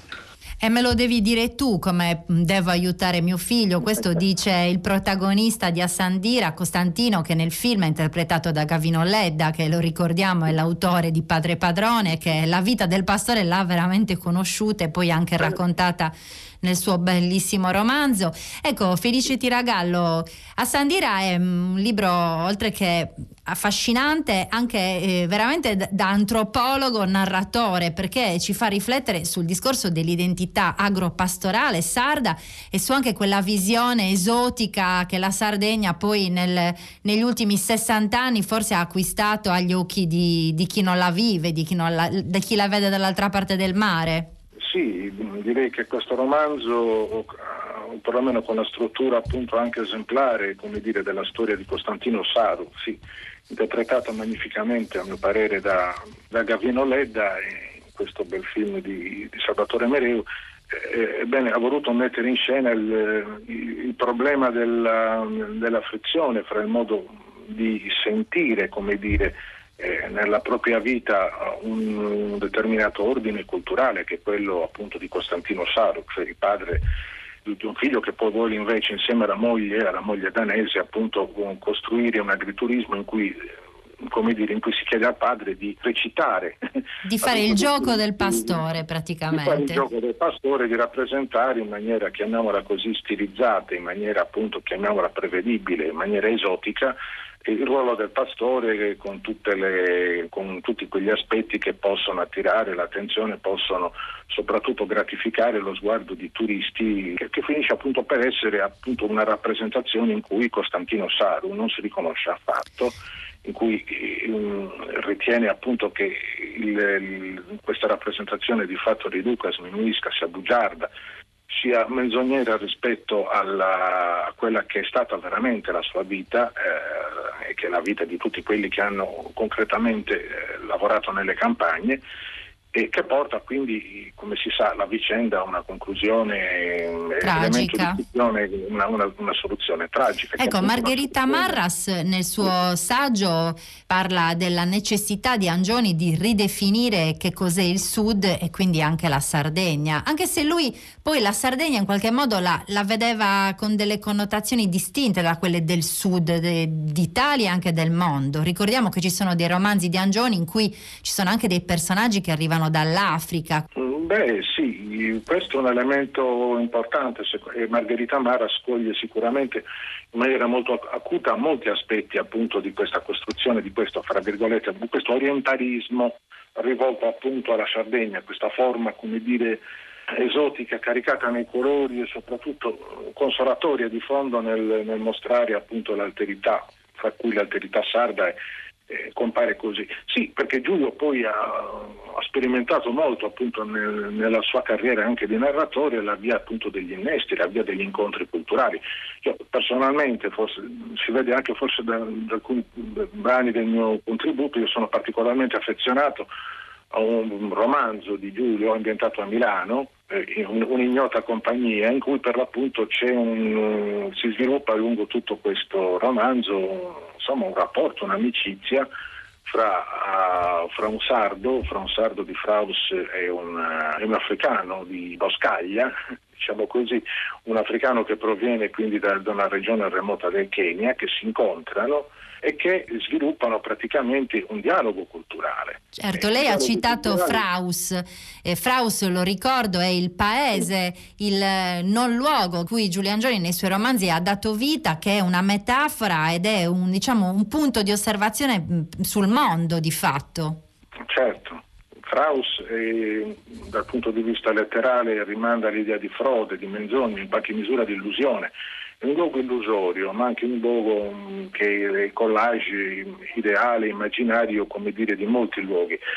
E me lo devi dire tu come devo aiutare mio figlio. Questo dice il protagonista di Assandira, Costantino, che nel film è interpretato da Gavino Ledda, che lo ricordiamo è l'autore di Padre Padrone, che la vita del pastore l'ha veramente conosciuta e poi anche raccontata nel suo bellissimo romanzo. Ecco, Felice Tiragallo, Assandira è un libro, oltre che affascinante, anche eh, veramente da antropologo, narratore, perché ci fa riflettere sul discorso dell'identità agropastorale sarda e su anche quella visione esotica che la Sardegna poi nel, negli ultimi sessanta anni forse ha acquistato agli occhi di, di chi non la vive, di chi, non la, di chi la vede dall'altra parte del mare.
Sì, direi che questo romanzo, perlomeno con la struttura appunto anche esemplare, come dire, della storia di Costantino Saru, sì, interpretato magnificamente a mio parere da, da Gavino Ledda in questo bel film di, di Salvatore Mereu, eh, ebbene ha voluto mettere in scena il, il problema della, della frizione fra il modo di sentire, come dire, Eh, nella propria vita un, un determinato ordine culturale, che è quello appunto di Costantino Saru, cioè il padre di un figlio che poi vuole invece insieme alla moglie, alla moglie danese, appunto costruire un agriturismo in cui, come dire, in cui si chiede al padre di recitare,
di fare il gioco del pastore praticamente,
di fare il gioco del pastore, di rappresentare in maniera, chiamiamola così, stilizzata, in maniera appunto, chiamiamola prevedibile, in maniera esotica, il ruolo del pastore con, tutte le, con tutti quegli aspetti che possono attirare l'attenzione, possono soprattutto gratificare lo sguardo di turisti, che, che finisce appunto per essere appunto una rappresentazione in cui Costantino Saru non si riconosce affatto, in cui um, ritiene appunto che il, il, questa rappresentazione di fatto riduca, sminuisca, sia bugiarda, sia menzognera rispetto alla, a quella che è stata veramente la sua vita, eh, e che è la vita di tutti quelli che hanno concretamente eh, lavorato nelle campagne, e che porta quindi, come si sa, la vicenda a una conclusione,
tragica,
di una, una, una soluzione tragica.
Ecco, Margherita Marras nel suo saggio parla della necessità di Angioni di ridefinire che cos'è il Sud e quindi anche la Sardegna, anche se lui poi la Sardegna in qualche modo la, la vedeva con delle connotazioni distinte da quelle del Sud de, d'Italia e anche del mondo. Ricordiamo che ci sono dei romanzi di Angioni in cui ci sono anche dei personaggi che arrivano dall'Africa.
Beh sì, questo è un elemento importante e Margherita Marras coglie sicuramente in maniera molto acuta molti aspetti appunto di questa costruzione, di questo, fra virgolette, di questo orientalismo rivolto appunto alla Sardegna, questa forma, come dire, esotica, caricata nei colori e soprattutto consolatoria di fondo nel, nel mostrare appunto l'alterità, fra cui l'alterità sarda è Eh, compare così. Sì, perché Giulio poi ha, ha sperimentato molto appunto nel, nella sua carriera anche di narratore la via appunto degli innesti, la via degli incontri culturali. Io personalmente, forse si vede anche forse da, da alcuni brani del mio contributo, io sono particolarmente affezionato a un romanzo di Giulio ambientato a Milano, eh, un, un'ignota compagnia, in cui per l'appunto c'è un, si sviluppa lungo tutto questo romanzo insomma un rapporto, un'amicizia fra, uh, fra un sardo, fra un sardo di Fraus e un, uh, e un africano di Boscaglia, diciamo così, un africano che proviene quindi da, da una regione remota del Kenya, che si incontrano e che sviluppano praticamente un dialogo culturale.
Certo, lei ha citato Fraus, eh, Fraus lo ricordo è il paese, il non luogo cui Giulio Angioni nei suoi romanzi ha dato vita, che è una metafora ed è un, diciamo, un punto di osservazione sul mondo di fatto.
Certo, Fraus eh, dal punto di vista letterale rimanda all'idea di frode, di menzogna, in qualche misura di illusione. È un luogo illusorio, ma anche un luogo che è il collage ideale, immaginario, come dire, di molti luoghi.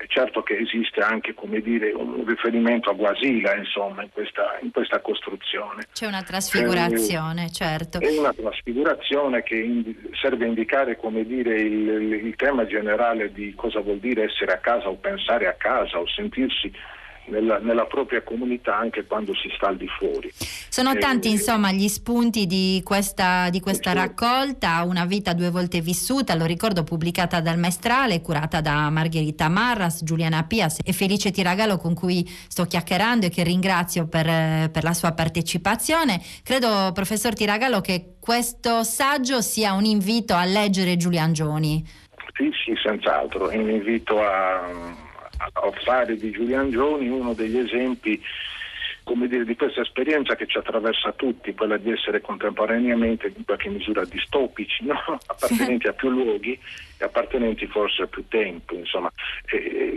È certo che esiste anche, come dire, un riferimento a Guasila, insomma, in questa, in questa costruzione.
C'è una trasfigurazione,
eh,
certo.
È una trasfigurazione che indi- serve a indicare, come dire, il, il tema generale di cosa vuol dire essere a casa o pensare a casa o sentirsi Nella, nella propria comunità anche quando si sta al di fuori.
Sono tanti, eh, insomma, gli spunti di questa, di questa sì. raccolta, Una vita due volte vissuta, lo ricordo, pubblicata dal Maestrale, curata da Margherita Marras, Giuliana Pias e Felice Tiragallo, con cui sto chiacchierando e che ringrazio per, per la sua partecipazione. Credo, professor Tiragallo, che questo saggio sia un invito a leggere Giuliangioni.
Sì, sì, senz'altro, è un invito a a fare di Giuliangioni uno degli esempi, come dire, di questa esperienza che ci attraversa tutti, quella di essere contemporaneamente in qualche misura distopici, no? Appartenenti a più luoghi e appartenenti forse a più tempo, insomma. E,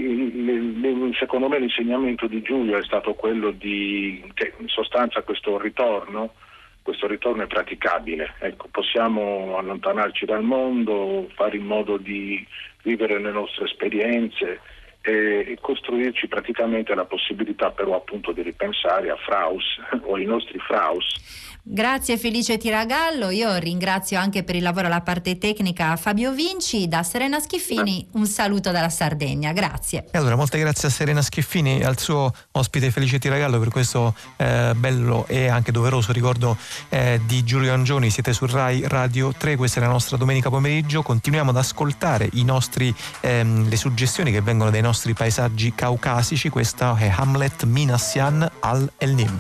e, secondo me l'insegnamento di Giulio è stato quello di che in sostanza questo ritorno questo ritorno è praticabile, ecco, possiamo allontanarci dal mondo, fare in modo di vivere le nostre esperienze e costruirci praticamente la possibilità però appunto di ripensare a Fraus o ai nostri Fraus.
Grazie Felice Tiragallo, io ringrazio anche per il lavoro alla parte tecnica Fabio Vinci. Da Serena Schiffini un saluto dalla Sardegna, grazie.
E allora molte grazie a Serena Schiffini e al suo ospite Felice Tiragallo per questo eh, bello e anche doveroso ricordo eh, di Giuliangioni. Siete su Rai Radio tre, questa è la nostra domenica pomeriggio, continuiamo ad ascoltare i nostri, ehm, le suggestioni che vengono dai nostri paesaggi caucasici. Questa è Hamlet Minassian al El Nim.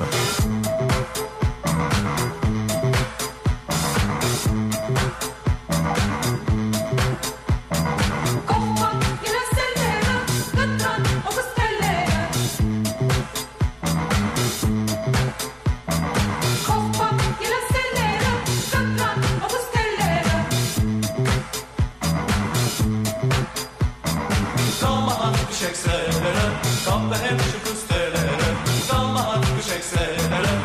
Kom hem şu kustelere, zaman kuşek selere.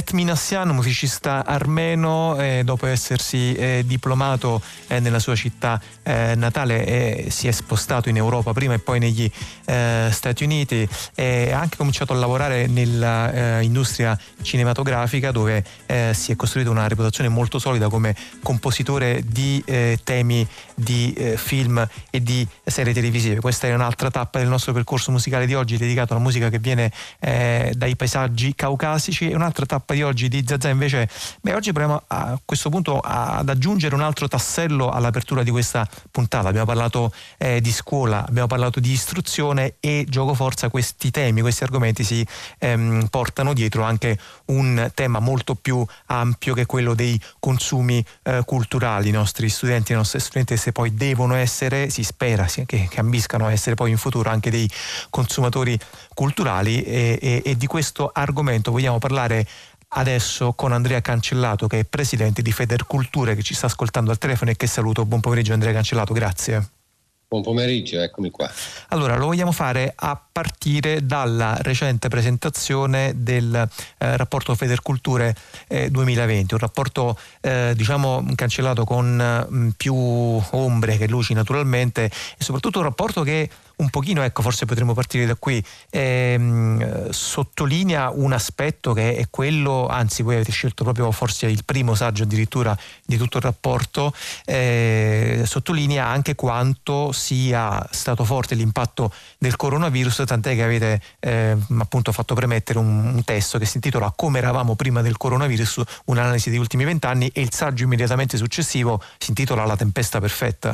Mehmet Minassian, musicista armeno, eh, dopo essersi eh, diplomato eh, nella sua città eh, natale, eh, si è spostato in Europa prima e poi negli eh, Stati Uniti, e ha anche cominciato a lavorare nella eh, industria cinematografica, dove eh, si è costruito una reputazione molto solida come compositore di eh, temi di eh, film e di serie televisive. Questa è un'altra tappa del nostro percorso musicale di oggi, dedicato alla musica che viene eh, dai paesaggi caucasici. E un'altra tappa di oggi di Zazà invece, beh, oggi proviamo a questo punto ad aggiungere un altro tassello all'apertura di questa puntata. Abbiamo parlato eh, di scuola, abbiamo parlato di istruzione, e gioco forza questi temi, questi argomenti si ehm, portano dietro anche un tema molto più ampio, che è quello dei consumi eh, culturali. I nostri studenti e le nostre studentesse poi devono essere, si spera sì, che, che ambiscano a essere poi in futuro anche dei consumatori culturali, e, e, e di questo argomento vogliamo parlare adesso con Andrea Cancellato, che è presidente di Federculture, che ci sta ascoltando al telefono e che saluto. Buon pomeriggio Andrea Cancellato, grazie.
Buon pomeriggio, eccomi qua.
Allora, lo vogliamo fare a partire dalla recente presentazione del eh, rapporto Federculture eh, duemilaventi, un rapporto eh, diciamo Cancellato con mh, più ombre che luci naturalmente, e soprattutto un rapporto che un pochino, ecco, forse potremmo partire da qui, ehm, sottolinea un aspetto che è quello, anzi voi avete scelto proprio forse il primo saggio addirittura di tutto il rapporto, eh, sottolinea anche quanto sia stato forte l'impatto del coronavirus, tant'è che avete eh, appunto fatto premettere un, un testo che si intitola Come eravamo prima del coronavirus, un'analisi degli ultimi vent'anni, e il saggio immediatamente successivo si intitola La tempesta perfetta.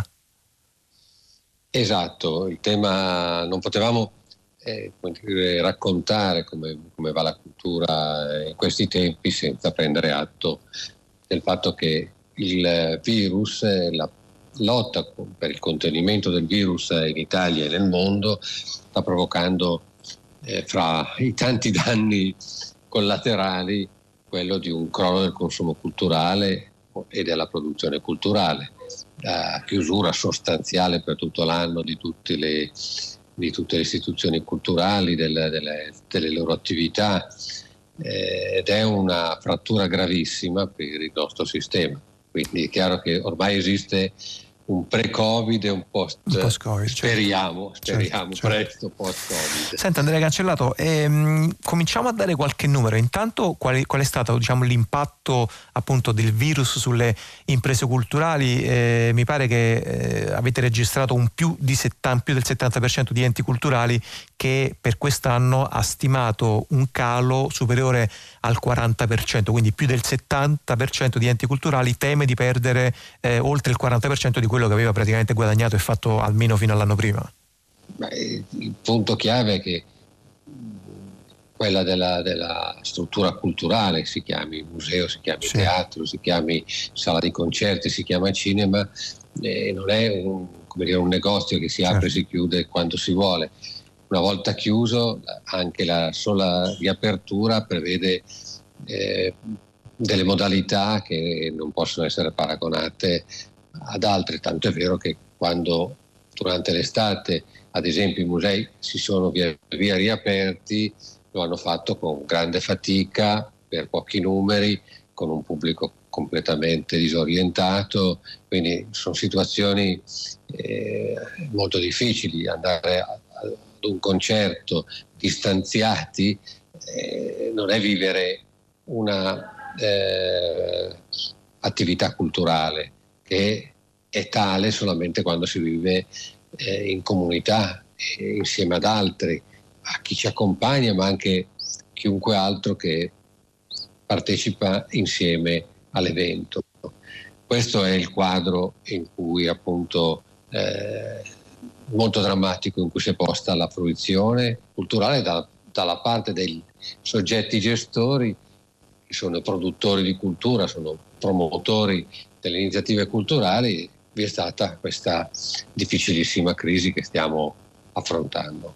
Esatto, il tema non potevamo eh, come dire, raccontare come, come va la cultura in questi tempi senza prendere atto del fatto che il virus, la lotta per il contenimento del virus in Italia e nel mondo sta provocando eh, fra i tanti danni collaterali quello di un crollo del consumo culturale e della produzione culturale. La chiusura sostanziale per tutto l'anno di tutte le, di tutte le istituzioni culturali, delle, delle, delle loro attività, eh, ed è una frattura gravissima per il nostro sistema. Quindi è chiaro che ormai esiste un pre-Covid e un post, un post-Covid, speriamo, certo. speriamo certo, presto certo. post-Covid.
Senta Andrea Cancellato, ehm, cominciamo a dare qualche numero. Intanto qual è, qual è stato diciamo, l'impatto appunto del virus sulle imprese culturali? Eh, mi pare che eh, avete registrato un più, di settanta, più del settanta per cento di enti culturali che per quest'anno ha stimato un calo superiore al quaranta per cento, quindi più del settanta per cento di enti culturali teme di perdere eh, oltre il quaranta per cento di quello che aveva praticamente guadagnato e fatto almeno fino all'anno prima.
Beh, il punto chiave è che quella della, della struttura culturale, si chiami museo, si chiami sì. teatro, si chiami sala di concerti, si chiama cinema, eh, non è un, come dire, un negozio che si apre e certo. si chiude quando si vuole. Una volta chiuso, anche la sola riapertura prevede eh, delle modalità che non possono essere paragonate ad altre, tanto è vero che quando durante l'estate ad esempio i musei si sono via via riaperti, lo hanno fatto con grande fatica, per pochi numeri, con un pubblico completamente disorientato, quindi sono situazioni eh, molto difficili. Andare a, ad un concerto distanziati eh, non è vivere una eh, attività culturale, che è tale solamente quando si vive eh, in comunità, eh, insieme ad altri, a chi ci accompagna, ma anche chiunque altro che partecipa insieme all'evento. Questo è il quadro in cui appunto eh, molto drammatico in cui si è posta la fruizione culturale da, dalla parte dei soggetti gestori, che sono produttori di cultura, sono promotori delle iniziative culturali. Vi è stata questa difficilissima crisi che stiamo affrontando.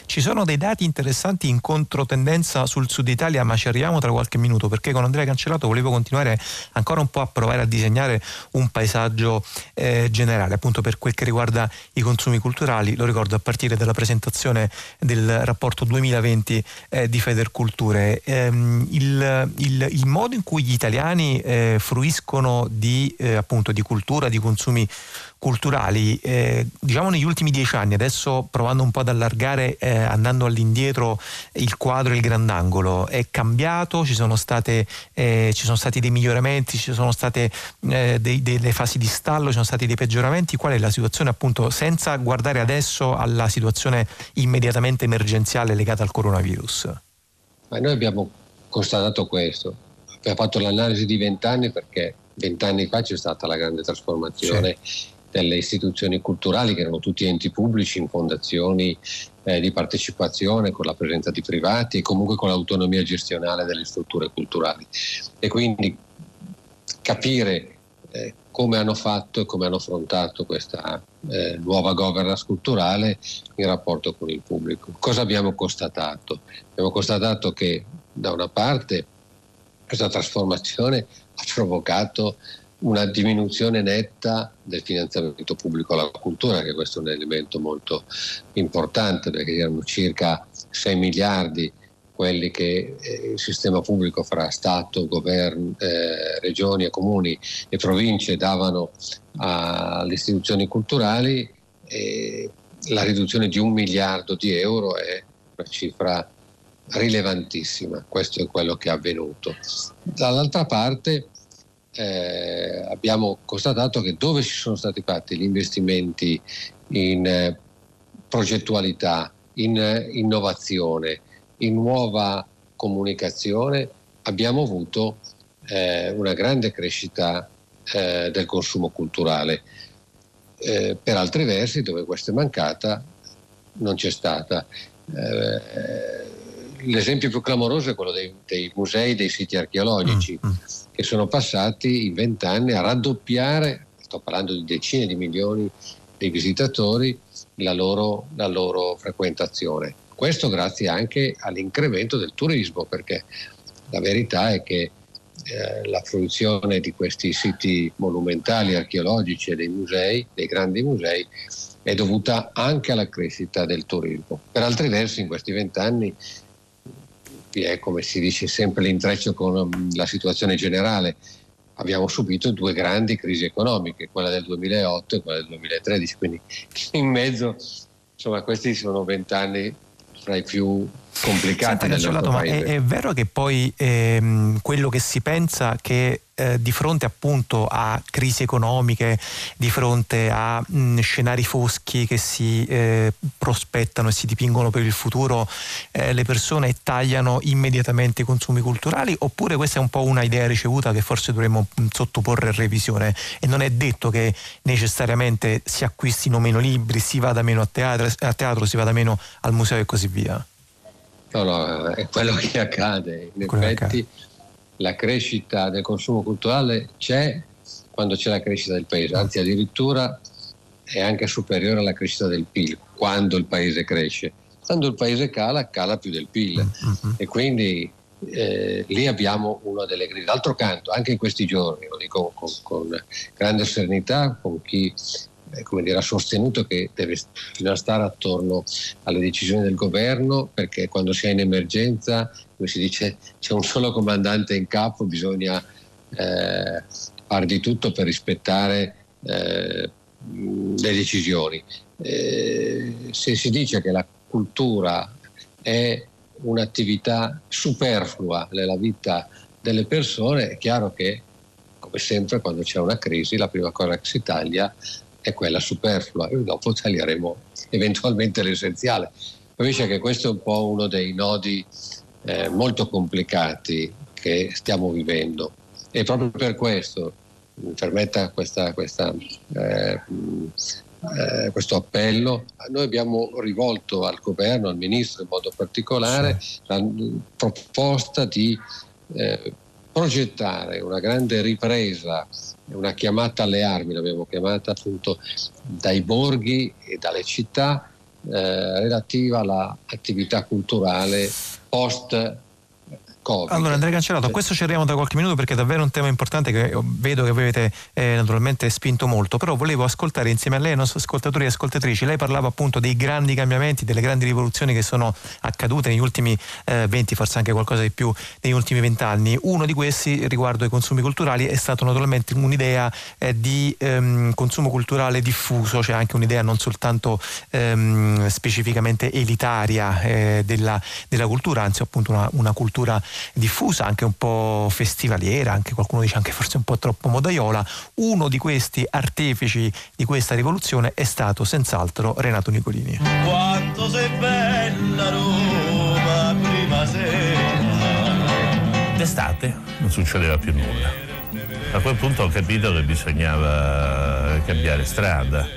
Ci sono dei dati interessanti in controtendenza sul Sud Italia, ma ci arriviamo tra qualche minuto, perché con Andrea Cancellato volevo continuare ancora un po' a provare a disegnare un paesaggio eh, generale, appunto per quel che riguarda i consumi culturali. Lo ricordo a partire dalla presentazione del rapporto duemilaventi eh, di Federculture. Ehm, il, il, il modo in cui gli italiani eh, fruiscono di, eh, appunto, di cultura, di consumi culturali, eh, diciamo negli ultimi dieci anni, adesso provando un po' ad allargare, eh, andando all'indietro il quadro, il grandangolo, è cambiato, ci sono state eh, ci sono stati dei miglioramenti, ci sono state eh, dei, delle fasi di stallo, ci sono stati dei peggioramenti. Qual è la situazione, appunto, senza guardare adesso alla situazione immediatamente emergenziale legata al coronavirus?
Ma noi abbiamo constatato questo, abbiamo fatto l'analisi di vent'anni, perché vent'anni fa c'è stata la grande trasformazione sì. delle istituzioni culturali, che erano tutti enti pubblici in fondazioni eh, di partecipazione, con la presenza di privati e comunque con l'autonomia gestionale delle strutture culturali, e quindi capire eh, come hanno fatto e come hanno affrontato questa eh, nuova governance culturale in rapporto con il pubblico. Cosa abbiamo constatato? Abbiamo constatato che da una parte questa trasformazione ha provocato una diminuzione netta del finanziamento pubblico alla cultura, che questo è un elemento molto importante, perché erano circa sei miliardi quelli che eh, il sistema pubblico fra Stato, governo, eh, regioni e comuni e province davano a, alle istituzioni culturali, e la riduzione di un miliardo di euro è una cifra rilevantissima. Questo è quello che è avvenuto. Dall'altra parte eh, abbiamo constatato che dove ci sono stati fatti gli investimenti in eh, progettualità, in eh, innovazione, in nuova comunicazione, abbiamo avuto eh, una grande crescita eh, del consumo culturale. Eh, per altri versi, dove questa è mancata, non c'è stata. Eh, l'esempio più clamoroso è quello dei, dei musei, dei siti archeologici, mm, mm. che sono passati in vent'anni a raddoppiare, sto parlando di decine di milioni di visitatori, la loro, la loro frequentazione. Questo grazie anche all'incremento del turismo, perché la verità è che eh, la fruizione di questi siti monumentali, archeologici e dei musei, dei grandi musei, è dovuta anche alla crescita del turismo. Per altri versi, in questi vent'anni vi è, come si dice sempre, l'intreccio con la situazione generale. Abbiamo subito due grandi crisi economiche, quella del duemilaotto e quella del duemilatredici, quindi in mezzo, insomma, questi sono vent'anni tra i più complicati.
Senta,
del
ma è, è vero che poi ehm, quello che si pensa che eh, di fronte appunto a crisi economiche, di fronte a mh, scenari foschi che si eh, prospettano e si dipingono per il futuro, eh, le persone tagliano immediatamente i consumi culturali, oppure questa è un po' una idea ricevuta che forse dovremmo mh, sottoporre a revisione, e non è detto che necessariamente si acquistino meno libri, si vada meno a teatro, a teatro si vada meno al museo e così via?
No, no, è quello che accade. In quello effetti accade. La crescita del consumo culturale c'è quando c'è la crescita del paese, anzi addirittura è anche superiore alla crescita del P I L quando il paese cresce. Quando il paese cala, cala più del P I L, mm-hmm. e quindi eh, lì abbiamo una delle crisi. D'altro canto, anche in questi giorni, lo dico con, con grande serenità, con chi come dire, ha sostenuto che deve stare attorno alle decisioni del governo, perché quando si è in emergenza, come si dice, c'è un solo comandante in capo, bisogna eh, fare di tutto per rispettare eh, le decisioni. Eh, se si dice che la cultura è un'attività superflua nella vita delle persone, è chiaro che, come sempre, quando c'è una crisi, la prima cosa che si taglia è quella superflua, e dopo taglieremo eventualmente l'essenziale. Capisce che questo è un po' uno dei nodi eh, molto complicati che stiamo vivendo, e proprio per questo mi permetta questa, questa, eh, eh, questo appello. Noi abbiamo rivolto al governo, al ministro in modo particolare, sì. la proposta di eh, progettare una grande ripresa, una chiamata alle armi, l'abbiamo chiamata appunto, dai borghi e dalle città, eh, relativa all'attività culturale post Covid.
Allora Andrea Cancellato, a questo ci arriviamo tra qualche minuto perché è davvero un tema importante che vedo che avete eh, naturalmente spinto molto, però volevo ascoltare insieme a lei, ai nostri ascoltatori e ascoltatrici. Lei parlava appunto dei grandi cambiamenti, delle grandi rivoluzioni che sono accadute negli ultimi eh, venti, forse anche qualcosa di più negli ultimi vent'anni. Uno di questi riguardo ai consumi culturali è stato naturalmente un'idea eh, di ehm, consumo culturale diffuso, cioè anche un'idea non soltanto ehm, specificamente elitaria eh, della, della cultura, anzi appunto una, una cultura diffusa, anche un po' festivaliera, anche qualcuno dice anche forse un po' troppo modaiola. Uno di questi artefici di questa rivoluzione è stato senz'altro Renato Nicolini.
Quanto sei bella Roma prima sera.
D'estate non succedeva più nulla. A quel punto ho capito che bisognava cambiare strada.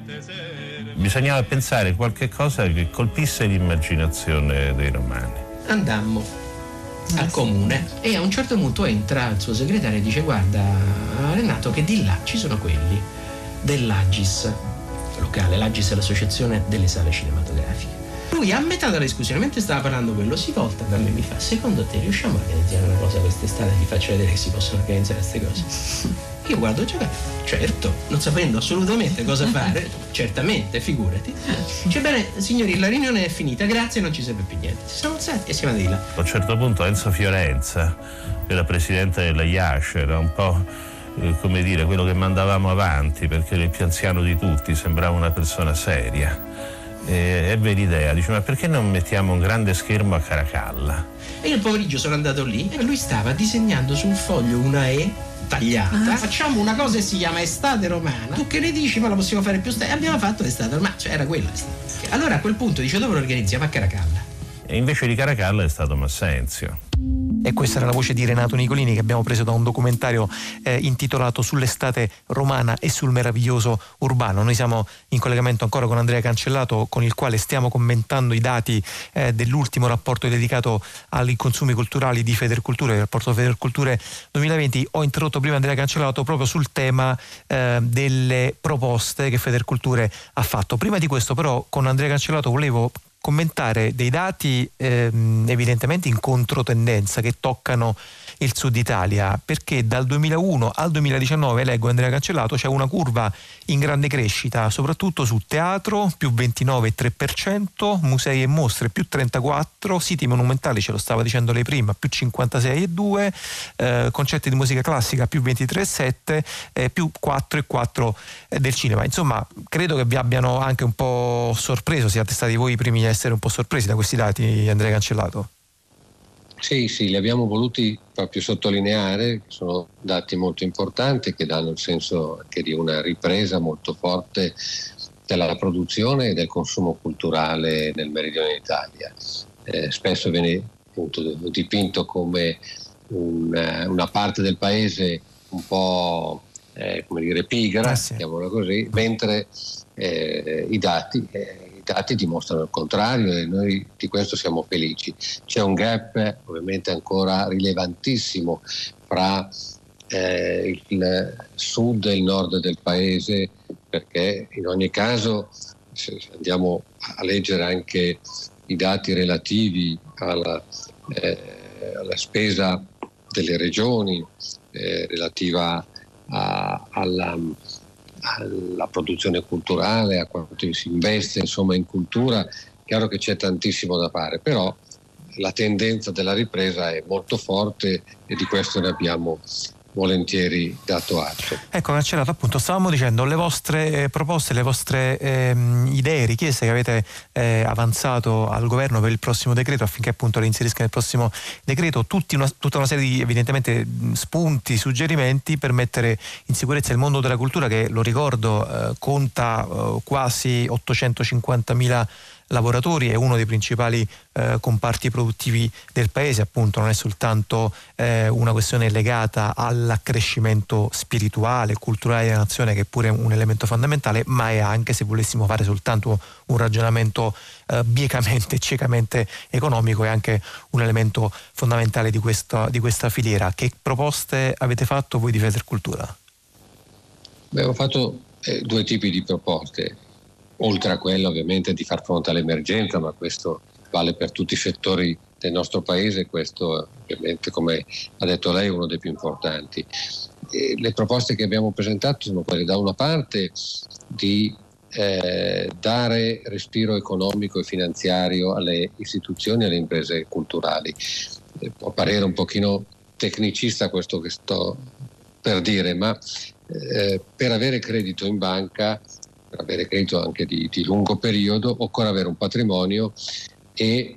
Bisognava pensare qualche cosa che colpisse l'immaginazione dei romani.
Andammo al comune e a un certo punto entra il suo segretario e dice: guarda Renato, che di là ci sono quelli dell'Agis locale. L'Agis è l'associazione delle sale cinematografiche. Lui a metà della discussione, mentre stava parlando quello, si volta da me e mi fa: secondo te riusciamo a organizzare una cosa quest'estate? Vi faccio vedere che si possono organizzare queste cose. Io guardo, cioè, certo, non sapendo assolutamente cosa fare, certamente, figurati. Dice: bene signori, la riunione è finita, grazie, non ci serve più niente. Si siamo alzati e siamo andati là.
A un certo punto Enzo Fiorenza, che era presidente della I A S C, era un po' eh, come dire quello che mandavamo avanti, perché era il più anziano di tutti, sembrava una persona seria. E ebbe l'idea, dice: ma perché non mettiamo un grande schermo a Caracalla?
E io il pomeriggio sono andato lì e lui stava disegnando sul foglio una E tagliata. Ah. Facciamo una cosa che si chiama estate romana. Tu che ne dici? Ma la possiamo fare più estate? Abbiamo fatto l'estate romana, cioè era quella estate. Allora a quel punto dice: dove lo organizziamo? A Caracalla.
E invece di Caracalla è stato Massenzio.
E questa era la voce di Renato Nicolini, che abbiamo preso da un documentario eh, intitolato Sull'estate romana e sul meraviglioso urbano. Noi siamo in collegamento ancora con Andrea Cancellato, con il quale stiamo commentando i dati eh, dell'ultimo rapporto dedicato ai consumi culturali di Federculture, il rapporto Federculture duemilaventi. Ho interrotto prima Andrea Cancellato proprio sul tema eh, delle proposte che Federculture ha fatto. Prima di questo però con Andrea Cancellato volevo commentare dei dati ehm, evidentemente in controtendenza che toccano il Sud Italia, perché dal duemilauno al duemiladiciannove, leggo Andrea Cancellato, c'è una curva in grande crescita, soprattutto su teatro più ventinove virgola tre per cento, musei e mostre più trentaquattro, siti monumentali, ce lo stava dicendo lei prima, più cinquantasei virgola due, eh, concerti di musica classica più ventitré virgola sette, eh, più quattro virgola quattro del cinema. Insomma, credo che vi abbiano anche un po' sorpreso, siate stati voi i primi a essere un po' sorpresi da questi dati, Andrea Cancellato.
Sì, sì, li abbiamo voluti proprio sottolineare, che sono dati molto importanti che danno il senso anche di una ripresa molto forte della produzione e del consumo culturale nel meridione d'Italia. Eh, spesso viene appunto dipinto come una, una parte del paese un po' eh, come dire pigra, chiamiamola così, mentre eh, i dati eh, I dati dimostrano il contrario e noi di questo siamo felici. C'è un gap ovviamente ancora rilevantissimo fra eh, il sud e il nord del paese, perché in ogni caso, se andiamo a leggere anche i dati relativi alla, eh, alla spesa delle regioni eh, relativa a, alla alla produzione culturale, a quanto si investe insomma in cultura, chiaro che c'è tantissimo da fare, però la tendenza della ripresa è molto forte e di questo ne abbiamo volentieri dato atto.
Ecco Cancellato, appunto stavamo dicendo le vostre eh, proposte, le vostre eh, idee, richieste che avete eh, avanzato al governo per il prossimo decreto affinché appunto le inserisca nel prossimo decreto, tutti una, tutta una serie di evidentemente spunti, suggerimenti per mettere in sicurezza il mondo della cultura che, lo ricordo, eh, conta eh, quasi ottocentocinquantamila lavoratori, è uno dei principali eh, comparti produttivi del paese, appunto non è soltanto eh, una questione legata all'accrescimento spirituale e culturale della nazione, che è pure un elemento fondamentale, ma è anche, se volessimo fare soltanto un ragionamento eh, biecamente e ciecamente economico, è anche un elemento fondamentale di questa, di questa filiera. Che proposte avete fatto voi di Federcultura?
Abbiamo fatto eh, due tipi di proposte. oltre a quello ovviamente di far fronte all'emergenza, ma questo vale per tutti i settori del nostro paese, questo ovviamente, come ha detto lei, è uno dei più importanti. E le proposte che abbiamo presentato sono quelle, da una parte, di eh, dare respiro economico e finanziario alle istituzioni e alle imprese culturali. Eh, può parere un pochino tecnicista questo che sto per dire, ma eh, per avere credito in banca, per avere credito anche di, di lungo periodo, occorre avere un patrimonio e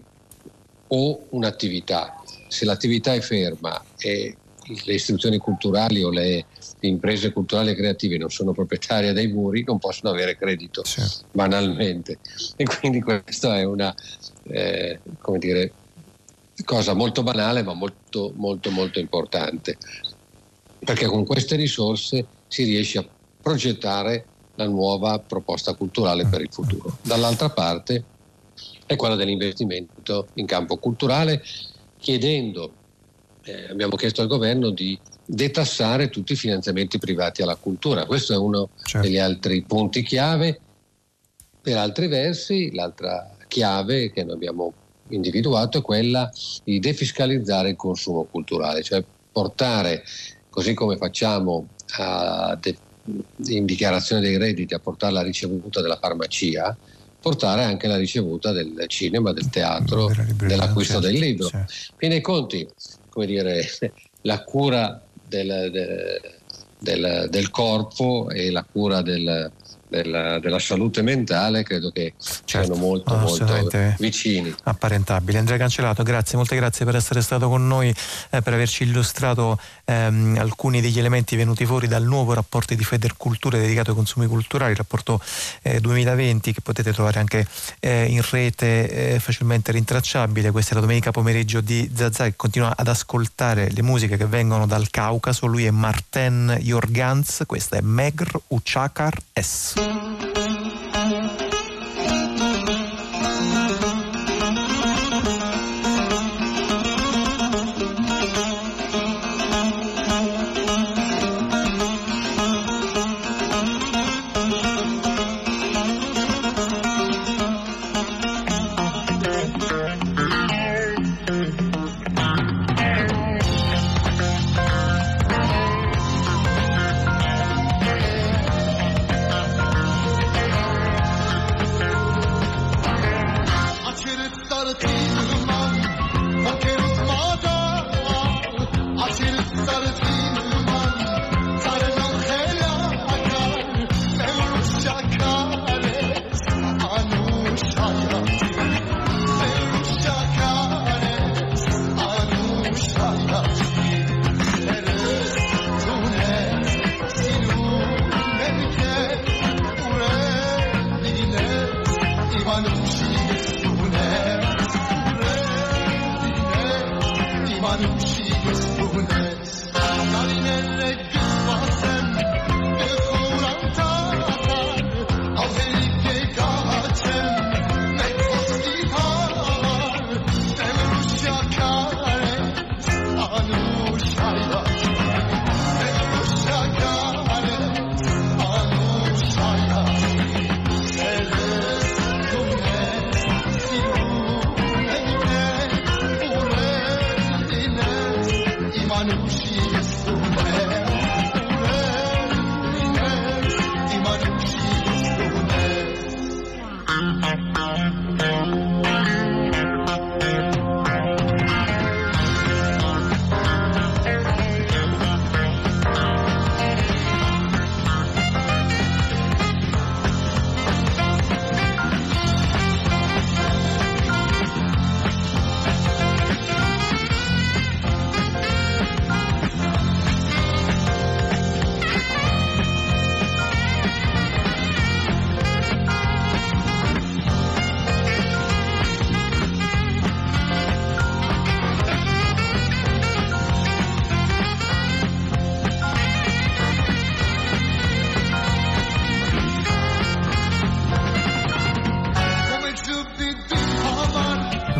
o un'attività. Se l'attività è ferma e le istituzioni culturali o le imprese culturali e creative non sono proprietarie dei muri, non possono avere credito, sì, banalmente. E quindi questa è una eh, come dire, cosa molto banale, ma molto molto molto importante, perché con queste risorse si riesce a progettare la nuova proposta culturale per il futuro. Dall'altra parte è quella dell'investimento in campo culturale, chiedendo, eh, abbiamo chiesto al governo di detassare tutti i finanziamenti privati alla cultura. Questo è uno, certo, degli altri punti chiave. Per altri versi, l'altra chiave che noi abbiamo individuato è quella di defiscalizzare il consumo culturale, cioè portare, così come facciamo a de- in dichiarazione dei redditi, a portare la ricevuta della farmacia, portare anche la ricevuta del cinema, del teatro, dell'acquisto, certo, del libro. Certo. Fin dei conti, come dire, la cura del, del, del, del corpo e la cura del, della, della salute mentale credo che, certo, siano molto molto vicini,
apparentabili. Andrea Cancellato, grazie, molte grazie per essere stato con noi, eh, per averci illustrato ehm, alcuni degli elementi venuti fuori dal nuovo rapporto di Federculture dedicato ai consumi culturali, il rapporto eh, duemilaventi, che potete trovare anche eh, in rete, eh, facilmente rintracciabile. Questa è la domenica pomeriggio di Zazà, che continua ad ascoltare le musiche che vengono dal Caucaso. Lui è Marten Yorgans, questa è Megr Uchakar S.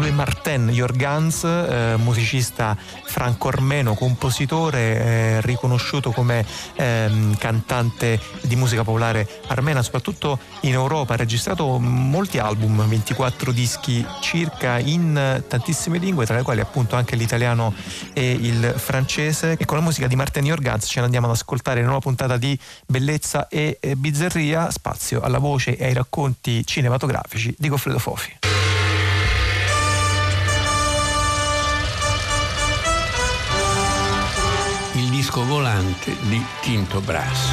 lui è Martin Jorgans, eh, musicista franco-armeno, compositore, eh, riconosciuto come eh, cantante di musica popolare armena, soprattutto in Europa. Ha registrato molti album, ventiquattro dischi circa, in tantissime lingue, tra le quali appunto anche l'italiano e il francese. E con la musica di Martin Jorgans ce ne andiamo ad ascoltare una nuova puntata di Bellezza e Bizzarria, spazio alla voce e ai racconti cinematografici di Goffredo Fofi.
Il disco volante di Tinto Brass.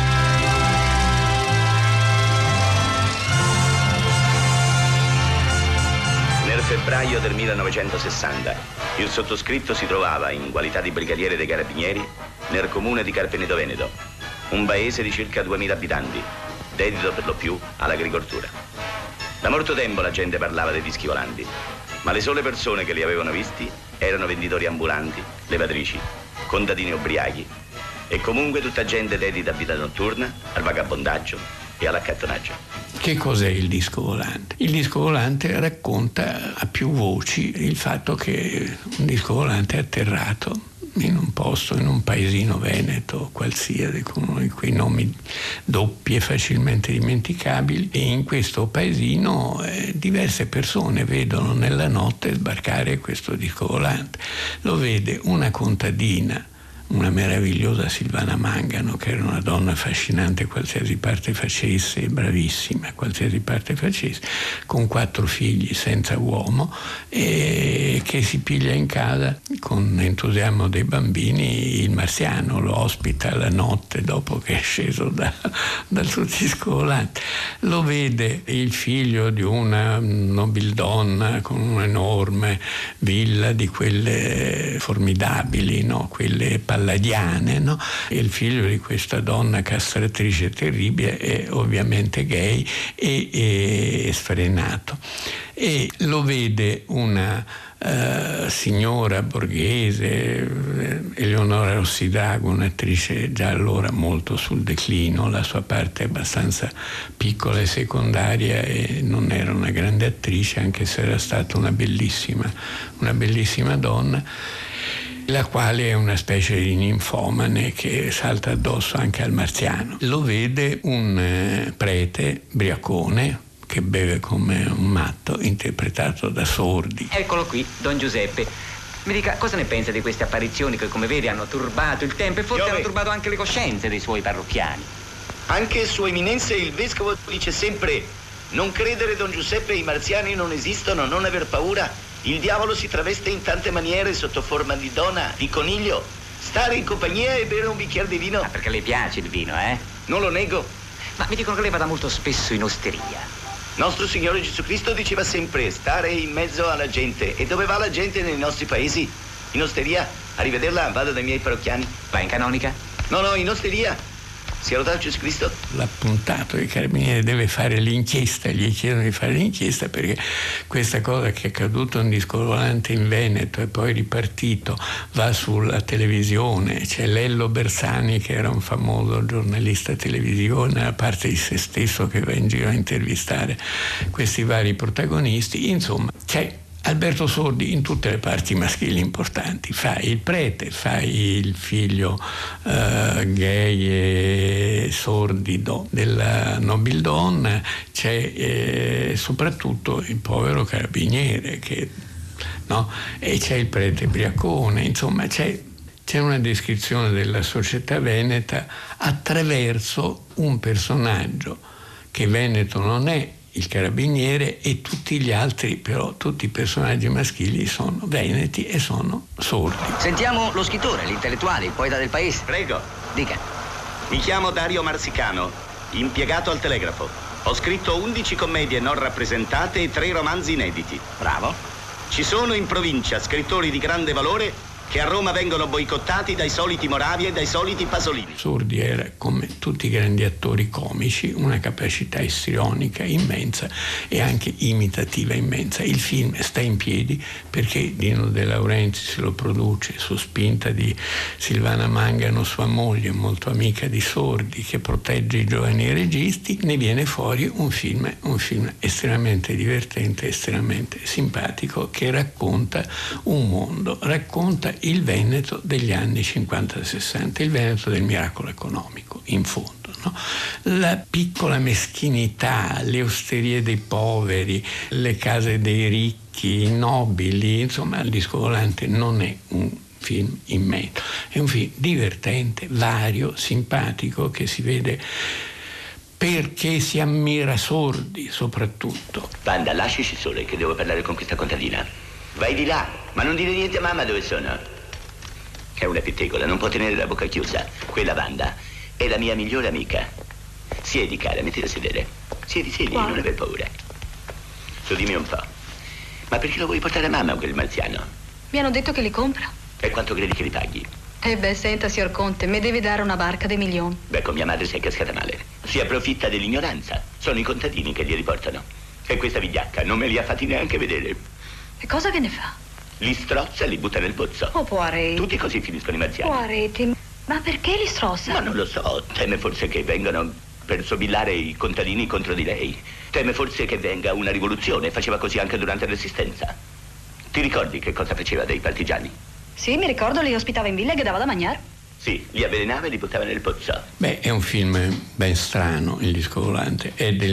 Nel febbraio del millenovecentosessanta il sottoscritto si trovava in qualità di brigadiere dei carabinieri nel comune di Carpenedo Veneto, un paese di circa duemila abitanti, dedito per lo più all'agricoltura. Da molto tempo la gente parlava dei dischi volanti, ma le sole persone che li avevano visti erano venditori ambulanti, levatrici, contadini ubriachi e comunque tutta gente dedita a vita notturna, al vagabondaggio e all'accattonaggio.
Che cos'è il disco volante? Il disco volante racconta a più voci il fatto che un disco volante è atterrato in un posto, in un paesino veneto qualsiasi, con uno di quei nomi doppi e facilmente dimenticabili, e in questo paesino eh, diverse persone vedono nella notte sbarcare questo disco volante. Lo vede una contadina, una meravigliosa Silvana Mangano, che era una donna affascinante qualsiasi parte facesse, bravissima qualsiasi parte facesse, con quattro figli senza uomo, e che si piglia in casa con entusiasmo dei bambini il marziano, lo ospita la notte dopo che è sceso da, dal suo disco volante. Lo vede il figlio di una nobildonna con un'enorme villa di quelle formidabili, no? Quelle palladiane, no? Il figlio di questa donna castratrice terribile è ovviamente gay e, e sfrenato. E lo vede una uh, signora borghese, Eleonora Rossidago, un'attrice già allora molto sul declino, la sua parte è abbastanza piccola e secondaria e non era una grande attrice, anche se era stata una bellissima, una bellissima donna, la quale è una specie di ninfomane che salta addosso anche al marziano. Lo vede un eh, prete briacone che beve come un matto, interpretato da Sordi.
Eccolo qui, Don Giuseppe. Mi dica, cosa ne pensa di queste apparizioni che, come vede, hanno turbato il tempo e forse
Giove.
hanno turbato anche le coscienze dei suoi parrocchiani?
Anche Sua Eminenza il Vescovo dice sempre: non credere, Don Giuseppe, i marziani non esistono, non aver paura. Il diavolo si traveste in tante maniere sotto forma di donna, di coniglio. Stare in compagnia e bere un bicchiere di vino.
Ah, perché le piace il vino, eh?
Non lo nego.
Ma mi dicono che lei vada molto spesso in osteria.
Nostro Signore Gesù Cristo diceva sempre: stare in mezzo alla gente. E dove va la gente nei nostri paesi? In osteria. A rivederla vado dai miei parrocchiani.
Va in canonica?
No, no, in osteria. Sia lodato Gesù Cristo.
L'appuntato dei carabinieri deve fare l'inchiesta, gli chiedono di fare l'inchiesta perché questa cosa che è accaduta un disco volante in Veneto e poi ripartito va sulla televisione. C'è Lello Bersani, che era un famoso giornalista televisivo, nella parte di se stesso, che va in giro a intervistare questi vari protagonisti. Insomma, c'è Alberto Sordi in tutte le parti maschili importanti. Fa il prete, fa il figlio uh, gay e sordido della nobildonna, c'è eh, soprattutto il povero carabiniere, che, no? E c'è il prete briacone. Insomma, c'è, c'è una descrizione della società veneta attraverso un personaggio che Veneto non è, il carabiniere, e tutti gli altri, però tutti i personaggi maschili sono veneti e sono sordi.
Sentiamo lo scrittore, l'intellettuale, il poeta del paese.
Prego.
Dica.
Mi chiamo Dario Marsicano, impiegato al telegrafo. Ho scritto undici commedie non rappresentate e tre romanzi inediti.
Bravo.
Ci sono in provincia scrittori di grande valore che a Roma vengono boicottati dai soliti Moravia e dai soliti Pasolini.
Sordi era, come tutti i grandi attori comici, una capacità istrionica immensa e anche imitativa immensa. Il film sta in piedi perché Dino De Laurentiis lo produce su spinta di Silvana Mangano, sua moglie, molto amica di Sordi, che protegge i giovani registi. Ne viene fuori un film, un film estremamente divertente, estremamente simpatico, che racconta un mondo, racconta il Veneto degli anni cinquanta sessanta, il Veneto del miracolo economico, in fondo, no? La piccola meschinità, le osterie dei poveri, le case dei ricchi, i nobili, insomma, Il disco volante non è un film immenso, è un film divertente, vario, simpatico, che si vede perché si ammira Sordi soprattutto.
Wanda, lasciaci sole che devo parlare con questa contadina. Vai di là, ma non dire niente a mamma dove sono. È una pettegola, non può tenere la bocca chiusa. Quella Wanda è la mia migliore amica. Siedi, cara, mettiti a sedere. Siedi, siedi, wow. Non aver paura. Su, dimmi un po'. Ma perché lo vuoi portare a mamma quel marziano?
Mi hanno detto che li compra.
E quanto credi che li paghi?
Eh beh, senta, signor Conte, mi deve dare una barca dei milioni.
Beh, con mia madre sei cascata male. Si approfitta dell'ignoranza. Sono i contadini che li riportano. E questa vigliacca non me li ha fatti neanche vedere.
E cosa che ne fa?
Li strozza e li butta nel pozzo.
Oh, Poiré.
Tutti così finiscono i marziani.
Poiré, ma perché li strozza?
Ma non lo so. Teme forse che vengano per sobillare i contadini contro di lei. Teme forse che venga una rivoluzione. Faceva così anche durante la Resistenza. Ti ricordi che cosa faceva dei partigiani?
Sì, mi ricordo, li ospitava in villa e che dava da mangiare.
Sì, li avvelenava e li buttava nel pozzo.
Beh, è un film ben strano, Il disco volante. È del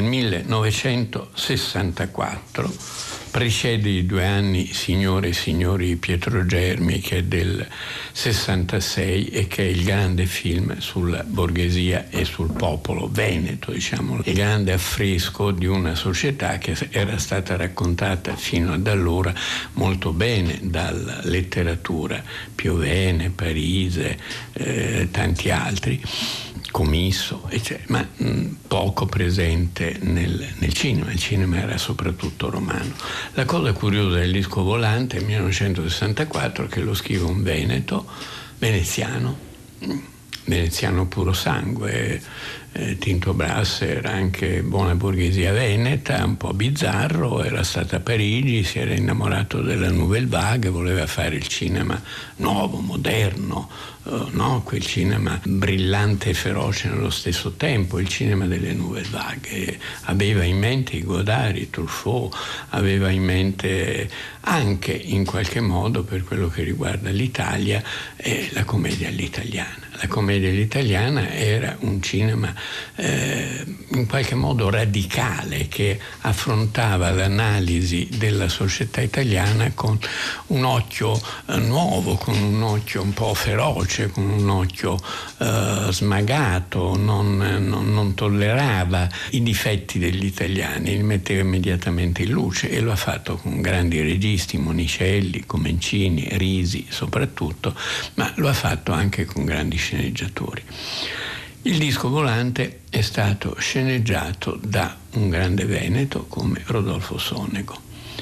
millenovecentosessantaquattro. Precede di due anni Signore e signori Pietro Germi, che è del sessantasei e che è il grande film sulla borghesia e sul popolo veneto, diciamo, il grande affresco di una società che era stata raccontata fino ad allora molto bene dalla letteratura, Piovene, Parise, eh, tanti altri, Comisso, eccetera, ma mh, poco presente nel, nel cinema. Il cinema era soprattutto romano. La cosa curiosa del disco volante, millenovecentosessantaquattro, che lo scrive un veneto, veneziano, veneziano puro sangue. eh, Tinto Brass era anche buona borghesia veneta, un po' bizzarro, era stato a Parigi, si era innamorato della Nouvelle Vague, voleva fare il cinema nuovo, moderno, uh, no? Quel cinema brillante e feroce nello stesso tempo, il cinema delle Nouvelle Vague. Aveva in mente i Godard, i Truffaut, aveva in mente anche in qualche modo, per quello che riguarda l'Italia, eh, la commedia all'italiana. La commedia all'italiana era un cinema eh, in qualche modo radicale, che affrontava l'analisi della società italiana con un occhio eh, nuovo, con un occhio un po' feroce, con un occhio eh, smagato, non, non, non tollerava i difetti degli italiani, li metteva immediatamente in luce, e lo ha fatto con grandi registi, Monicelli, Comencini, Risi soprattutto, ma lo ha fatto anche con grandi sceneggiatori. Il disco volante è stato sceneggiato da un grande veneto come Rodolfo Sonego.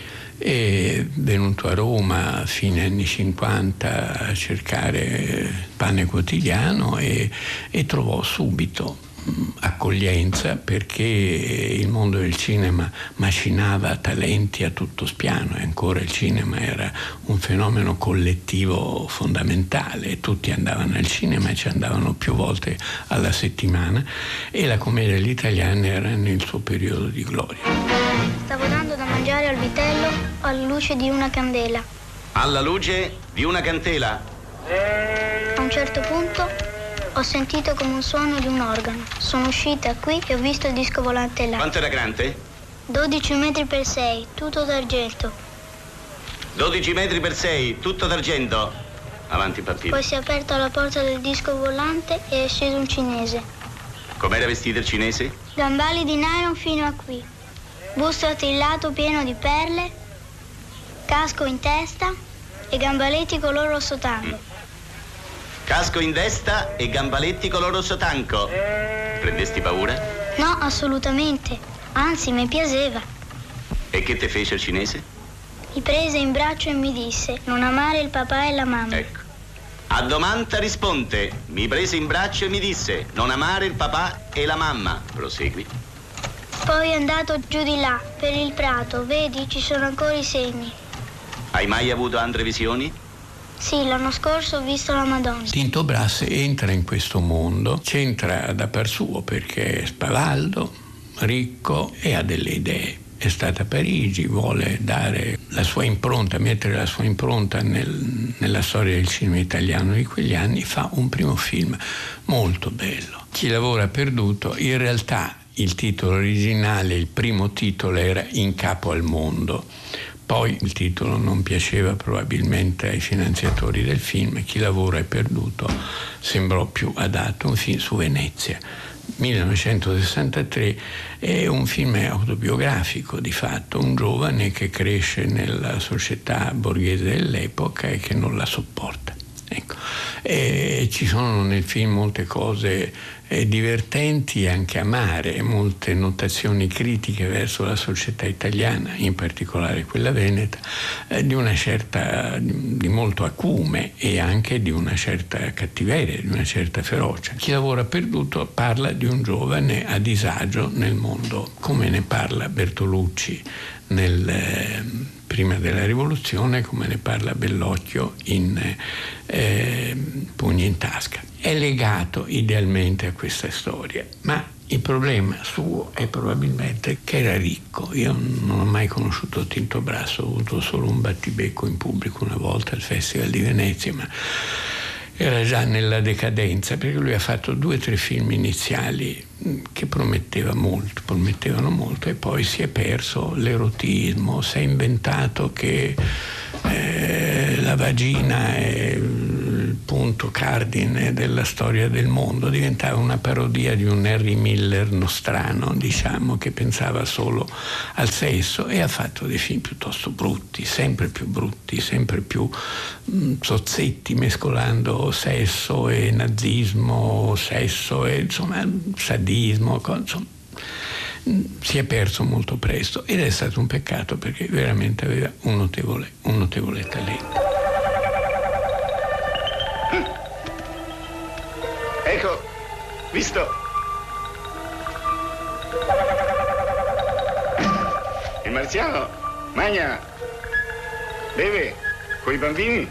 È venuto a Roma a fine anni cinquanta a cercare pane quotidiano e, e trovò subito accoglienza, perché il mondo del cinema macinava talenti a tutto spiano, e ancora il cinema era un fenomeno collettivo fondamentale, tutti andavano al cinema e ci andavano più volte alla settimana, e la commedia all'italiana era nel suo periodo di gloria.
Stavo dando da mangiare al vitello alla luce di una candela.
Alla luce di una candela?
A un certo punto ho sentito come un suono di un organo. Sono uscita qui e ho visto il disco volante là.
Quanto era grande?
dodici metri per sei, tutto d'argento.
dodici metri per sei, tutto d'argento. Avanti, partito.
Poi si è aperta la porta del disco volante e è sceso un cinese.
Com'era vestito il cinese?
Gambali di nylon fino a qui, busto attillato pieno di perle, casco in testa e gambaletti color rosso tango. Mm.
Casco in testa e gambaletti color rosso tanco. Prendesti paura?
No, assolutamente. Anzi, mi piaceva.
E che te fece il cinese?
Mi prese in braccio e mi disse: non amare il papà e la mamma.
Ecco.
A domanda risponde, mi prese in braccio e mi disse, non amare il papà e la mamma. Prosegui.
Poi è andato giù di là, per il prato, vedi, ci sono ancora i segni.
Hai mai avuto altre visioni?
Sì, l'anno scorso ho visto la Madonna.
Tinto Brass entra in questo mondo, c'entra da par suo perché è spavaldo, ricco e ha delle idee. È stata a Parigi, vuole dare la sua impronta, mettere la sua impronta nel, nella storia del cinema italiano di quegli anni, fa un primo film molto bello. Chi lavora perduto, in realtà il titolo originale, il primo titolo era In capo al mondo. Poi il titolo non piaceva probabilmente ai finanziatori del film e Chi lavora è perduto sembrò più adatto, un film su Venezia. millenovecentosessantatré è un film autobiografico di fatto, un giovane che cresce nella società borghese dell'epoca e che non la sopporta. Ecco. E ci sono nel film molte cose eh, divertenti e anche amare, molte notazioni critiche verso la società italiana, in particolare quella veneta, eh, di una certa, di molto acume e anche di una certa cattiveria, di una certa ferocia. Chi lavora perduto parla di un giovane a disagio nel mondo, come ne parla Bertolucci nel, eh, prima della rivoluzione, come ne parla Bellocchio in eh, Pugni in tasca. È legato idealmente a questa storia, ma il problema suo è probabilmente che era ricco. Io non ho mai conosciuto Tinto Brass, ho avuto solo un battibecco in pubblico una volta al Festival di Venezia, ma era già nella decadenza, perché lui ha fatto due o tre film iniziali che prometteva molto, promettevano molto, e poi si è perso l'erotismo, si è inventato che eh, la vagina è il punto cardine della storia del mondo, diventava una parodia di un Harry Miller nostrano, diciamo, che pensava solo al sesso, e ha fatto dei film piuttosto brutti, sempre più brutti, sempre più mh, sozzetti, mescolando sesso e nazismo, sesso e insomma sadismo, insomma. Si è perso molto presto ed è stato un peccato, perché veramente aveva un notevole, un notevole talento.
Ecco, visto? Il marziano mangia, beve coi bambini.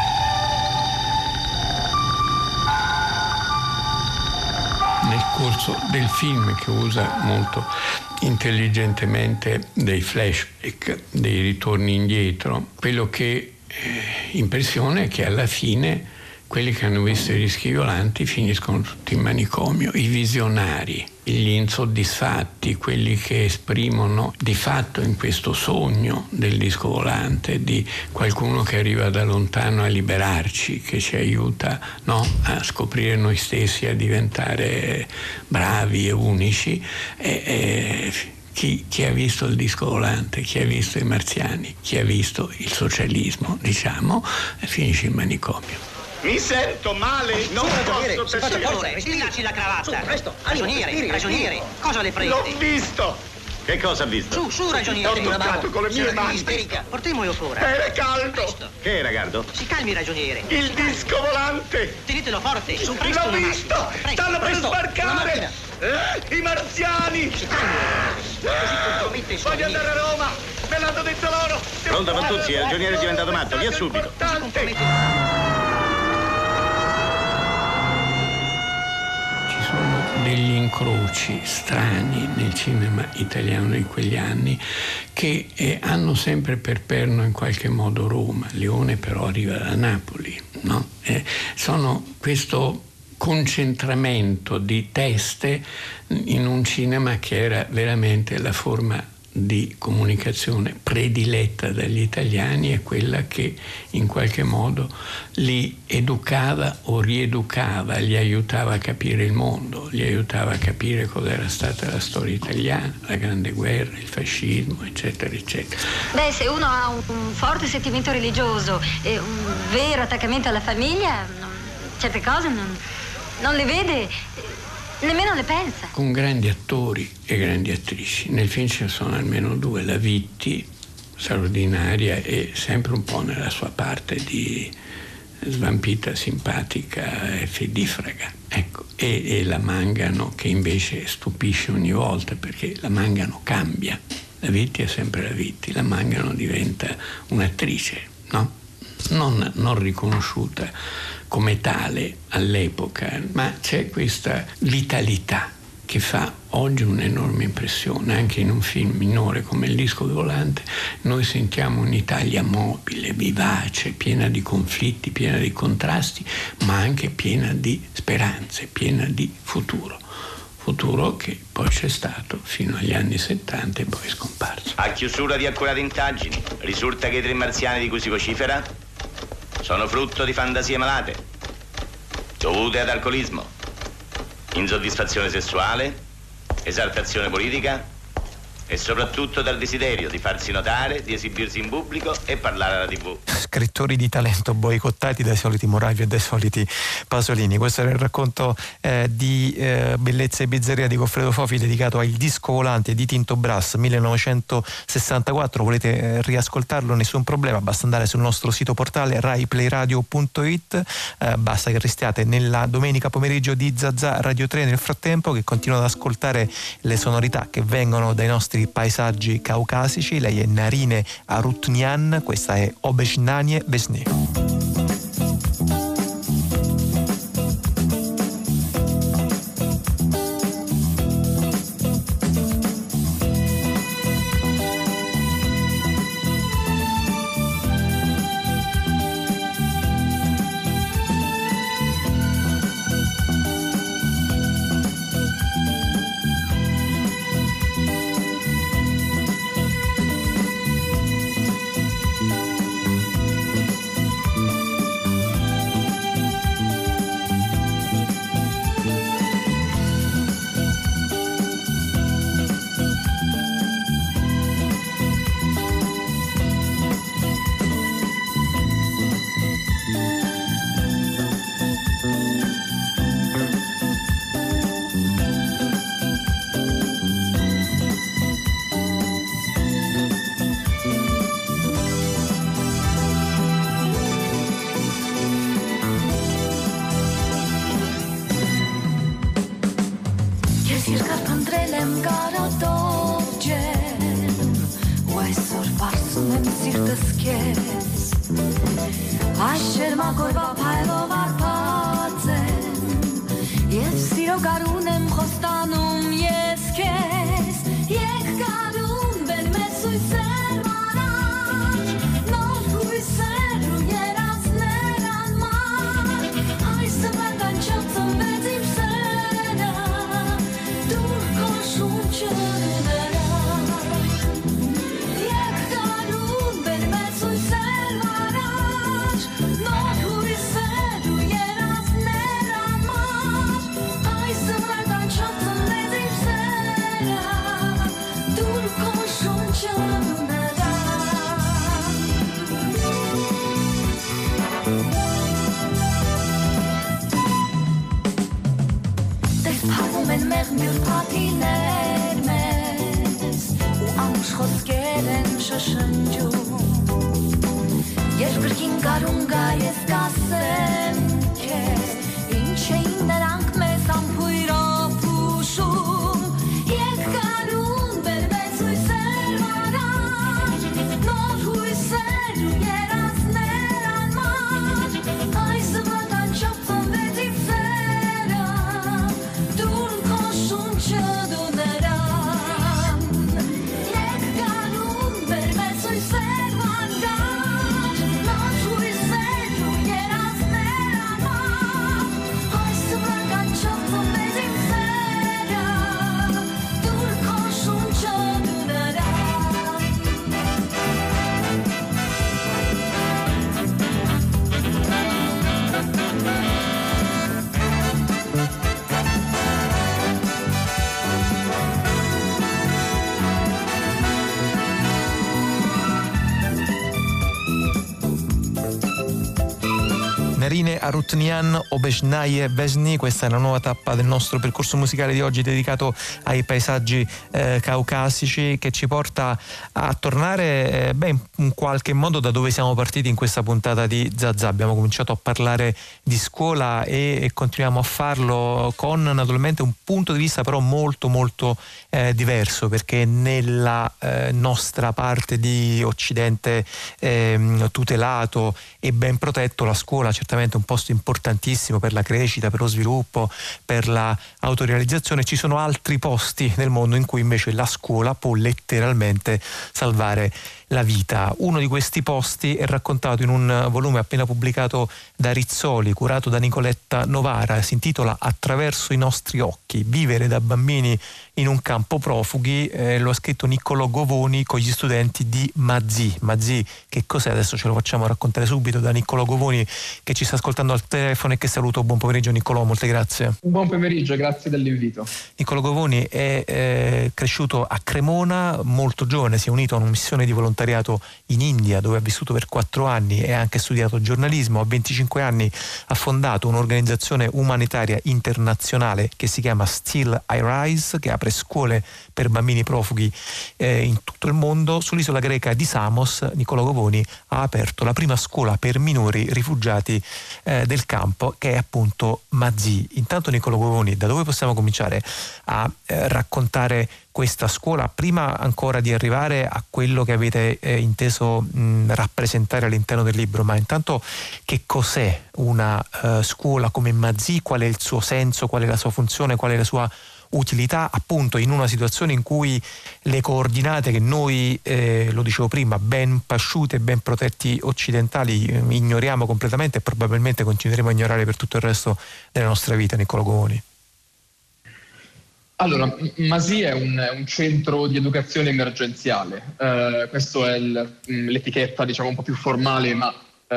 Nel corso del film, che usa molto intelligentemente dei flashback, dei ritorni indietro, quello che eh, impressiona è che alla fine quelli che hanno visto i Rischi Violanti finiscono tutti in manicomio, i visionari, gli insoddisfatti, quelli che esprimono di fatto in questo sogno del disco volante di qualcuno che arriva da lontano a liberarci, che ci aiuta, no, a scoprire noi stessi, a diventare bravi e unici. E, e, Chi, chi ha visto il disco volante, chi ha visto i marziani, chi ha visto il socialismo, diciamo, finisce in manicomio.
Mi sento male, non posso
si faccia favore, vestirci la cravatta. Su, presto, ragioniere, ragioniere, cosa le prende?
L'ho visto!
Che cosa ha visto?
Su, su, ragioniere.
Ho toccato con le mie mani.
Isterica, portemolo fuori.
Era caldo!
Presto.
Che era caldo?
Si calmi, ragioniere.
Il disco volante!
Tenetelo forte, su, presto.
L'ho visto! Stanno per sbarcare! Eh, I marziani!
Si calmi. Così compromette il suo
Voglio andare a Roma! Me l'hanno detto loro!
Pronto, Fantuzzi, il ragioniere è diventato matto, via subito.
Degli incroci strani nel cinema italiano di quegli anni che eh, hanno sempre per perno in qualche modo Roma. Leone però arriva da Napoli, no? Eh, sono questo concentramento di teste in un cinema che era veramente la forma di comunicazione prediletta dagli italiani, è quella che in qualche modo li educava o rieducava, gli aiutava a capire il mondo, gli aiutava a capire cos'era stata la storia italiana, la Grande Guerra, il fascismo, eccetera, eccetera.
Beh, se uno ha un, un forte sentimento religioso e un vero attaccamento alla famiglia, non, certe cose non, non le vede, nemmeno le pensa.
Con grandi attori e grandi attrici. Nel film ce ne sono almeno due, la Vitti, straordinaria e sempre un po' nella sua parte di, svampita, simpatica e fedifraga. Ecco, e, e la Mangano che invece stupisce ogni volta, perché la Mangano cambia. La Vitti è sempre la Vitti, la Mangano diventa un'attrice, no? Non, non riconosciuta come tale all'epoca, ma c'è questa vitalità che fa oggi un'enorme impressione. Anche in un film minore come Il disco volante noi sentiamo un'Italia mobile, vivace, piena di conflitti, piena di contrasti, ma anche piena di speranze, piena di futuro. Futuro che poi c'è stato fino agli anni settanta e poi è scomparso.
A chiusura di accurate indagini risulta che i tre marziani di cui si vocifera sono frutto di fantasie malate, dovute ad alcolismo, insoddisfazione sessuale, esaltazione politica e soprattutto dal desiderio di farsi notare, di esibirsi in pubblico e parlare alla tivù.
Scrittori di talento boicottati dai soliti Moravia e dai soliti Pasolini. Questo era il racconto eh, di eh, Bellezza e Bizzeria di Goffredo Fofi, dedicato al disco volante di Tinto Brass millenovecentosessantaquattro. Volete eh, riascoltarlo? Nessun problema, basta andare sul nostro sito portale rai play radio punto it, eh, basta che restiate nella domenica pomeriggio di Zazà Radio tre nel frattempo, che continua ad ascoltare le sonorità che vengono dai nostri paesaggi caucasici. Lei è Narine Arutnian, questa è Obechnanie Vesne.
Serva, non
Marine Arutnian Obeshnaye Vesni, questa è la nuova tappa del nostro percorso musicale di oggi dedicato ai paesaggi eh, caucasici, che ci porta a tornare eh, beh, in qualche modo da dove siamo partiti in questa puntata di Zazà. Abbiamo cominciato a parlare di scuola e, e continuiamo a farlo con naturalmente un punto di vista però molto molto eh, diverso, perché nella eh, nostra parte di Occidente eh, tutelato e ben protetto, la scuola è certamente un posto importantissimo per la crescita, per lo sviluppo, per la autorealizzazione. Ci sono altri posti nel mondo in cui invece la scuola può letteralmente salvare la vita. Uno di questi posti è raccontato in un volume appena pubblicato da Rizzoli, curato da Nicoletta Novara. Si intitola Attraverso i nostri occhi, vivere da bambini in un campo profughi. Eh, lo ha scritto Niccolò Govoni con gli studenti di Mazì. Mazì che cos'è? Adesso ce lo facciamo raccontare subito da Niccolò Govoni, che ci sta ascoltando al telefono e che saluto. Buon pomeriggio Niccolò, molte grazie.
Buon pomeriggio, grazie dell'invito.
Niccolò Govoni è eh, cresciuto a Cremona, molto giovane, si è unito a una missione di volontariato in India dove ha vissuto per quattro anni e ha anche studiato giornalismo. A venticinque anni ha fondato un'organizzazione umanitaria internazionale che si chiama Still I Rise, che apre scuole per bambini profughi eh, in tutto il mondo. Sull'isola greca di Samos Niccolò Govoni ha aperto la prima scuola per minori rifugiati eh, del campo, che è appunto Mazì. Intanto Niccolò Govoni, da dove possiamo cominciare a eh, raccontare questa scuola, prima ancora di arrivare a quello che avete eh, inteso mh, rappresentare all'interno del libro? Ma intanto, che cos'è una uh, scuola come Mazì? Qual è il suo senso? Qual è la sua funzione? Qual è la sua utilità, appunto in una situazione in cui le coordinate che noi, eh, lo dicevo prima, ben pasciute e ben protetti occidentali eh, ignoriamo completamente e probabilmente continueremo a ignorare per tutto il resto della nostra vita? Niccolò Govoni.
Allora, Mazì è un, un centro di educazione emergenziale, eh, questa è il, l'etichetta diciamo un po' più formale, ma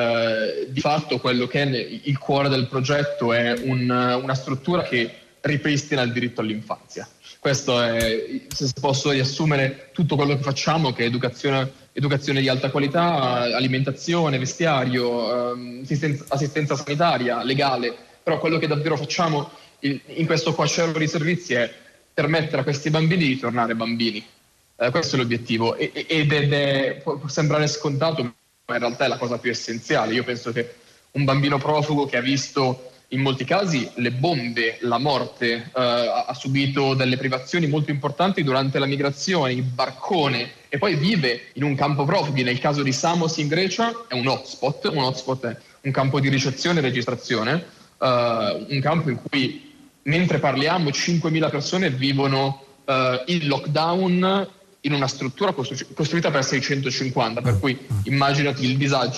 eh, di fatto quello che è il cuore del progetto è un, una struttura che ripristina il diritto all'infanzia. Questo è, se posso riassumere tutto quello che facciamo, che è educazione, educazione di alta qualità, alimentazione, vestiario, assistenza, assistenza sanitaria, legale, però quello che davvero facciamo in questo quacerro di servizi è permettere a questi bambini di tornare bambini. Eh, questo è l'obiettivo ed è, è, può sembrare scontato, ma in realtà è la cosa più essenziale. Io penso che un bambino profugo che ha visto in molti casi le bombe, la morte, eh, ha subito delle privazioni molto importanti durante la migrazione, il barcone, e poi vive in un campo profughi. Nel caso di Samos in Grecia è un hotspot, un hotspot è un campo di ricezione e registrazione, eh, un campo in cui mentre parliamo cinquemila persone vivono uh, in lockdown in una struttura costru- costruita per seicentocinquanta, per cui immaginati il disagio.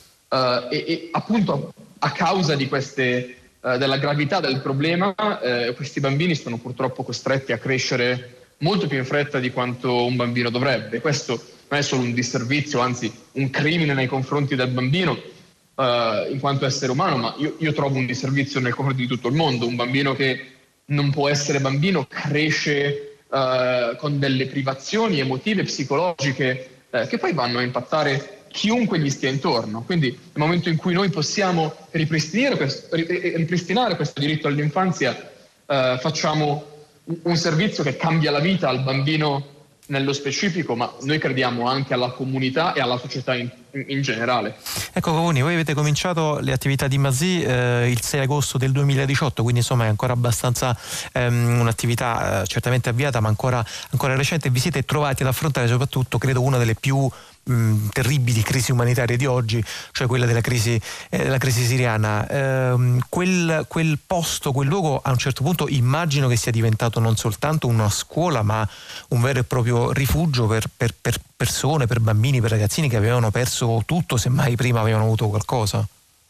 Uh, e, e appunto a causa di queste, uh, della gravità del problema, uh, questi bambini sono purtroppo costretti a crescere molto più in fretta di quanto un bambino dovrebbe. Questo non è solo un disservizio, anzi un crimine nei confronti del bambino, Uh, in quanto essere umano, ma io, io trovo un disservizio nei confronti di tutto il mondo. Un bambino che non può essere bambino cresce uh, con delle privazioni emotive, psicologiche, uh, che poi vanno a impattare chiunque gli stia intorno. Quindi nel momento in cui noi possiamo ripristinare questo, ripristinare questo diritto all'infanzia, uh, facciamo un, un servizio che cambia la vita al bambino nello specifico, ma noi crediamo anche alla comunità e alla società in, in generale.
Ecco Govoni, voi avete cominciato le attività di Mazì eh, il sei agosto del duemiladiciotto, quindi insomma è ancora abbastanza ehm, un'attività eh, certamente avviata, ma ancora, ancora recente. Vi siete trovati ad affrontare soprattutto, credo, una delle più mh, terribili crisi umanitarie di oggi, cioè quella della crisi, eh, della crisi siriana. Eh, quel, quel posto, quel luogo a un certo punto immagino che sia diventato non soltanto una scuola, ma un vero e proprio rifugio per, per, per persone, per bambini, per ragazzini che avevano perso tutto, semmai prima avevano avuto qualcosa.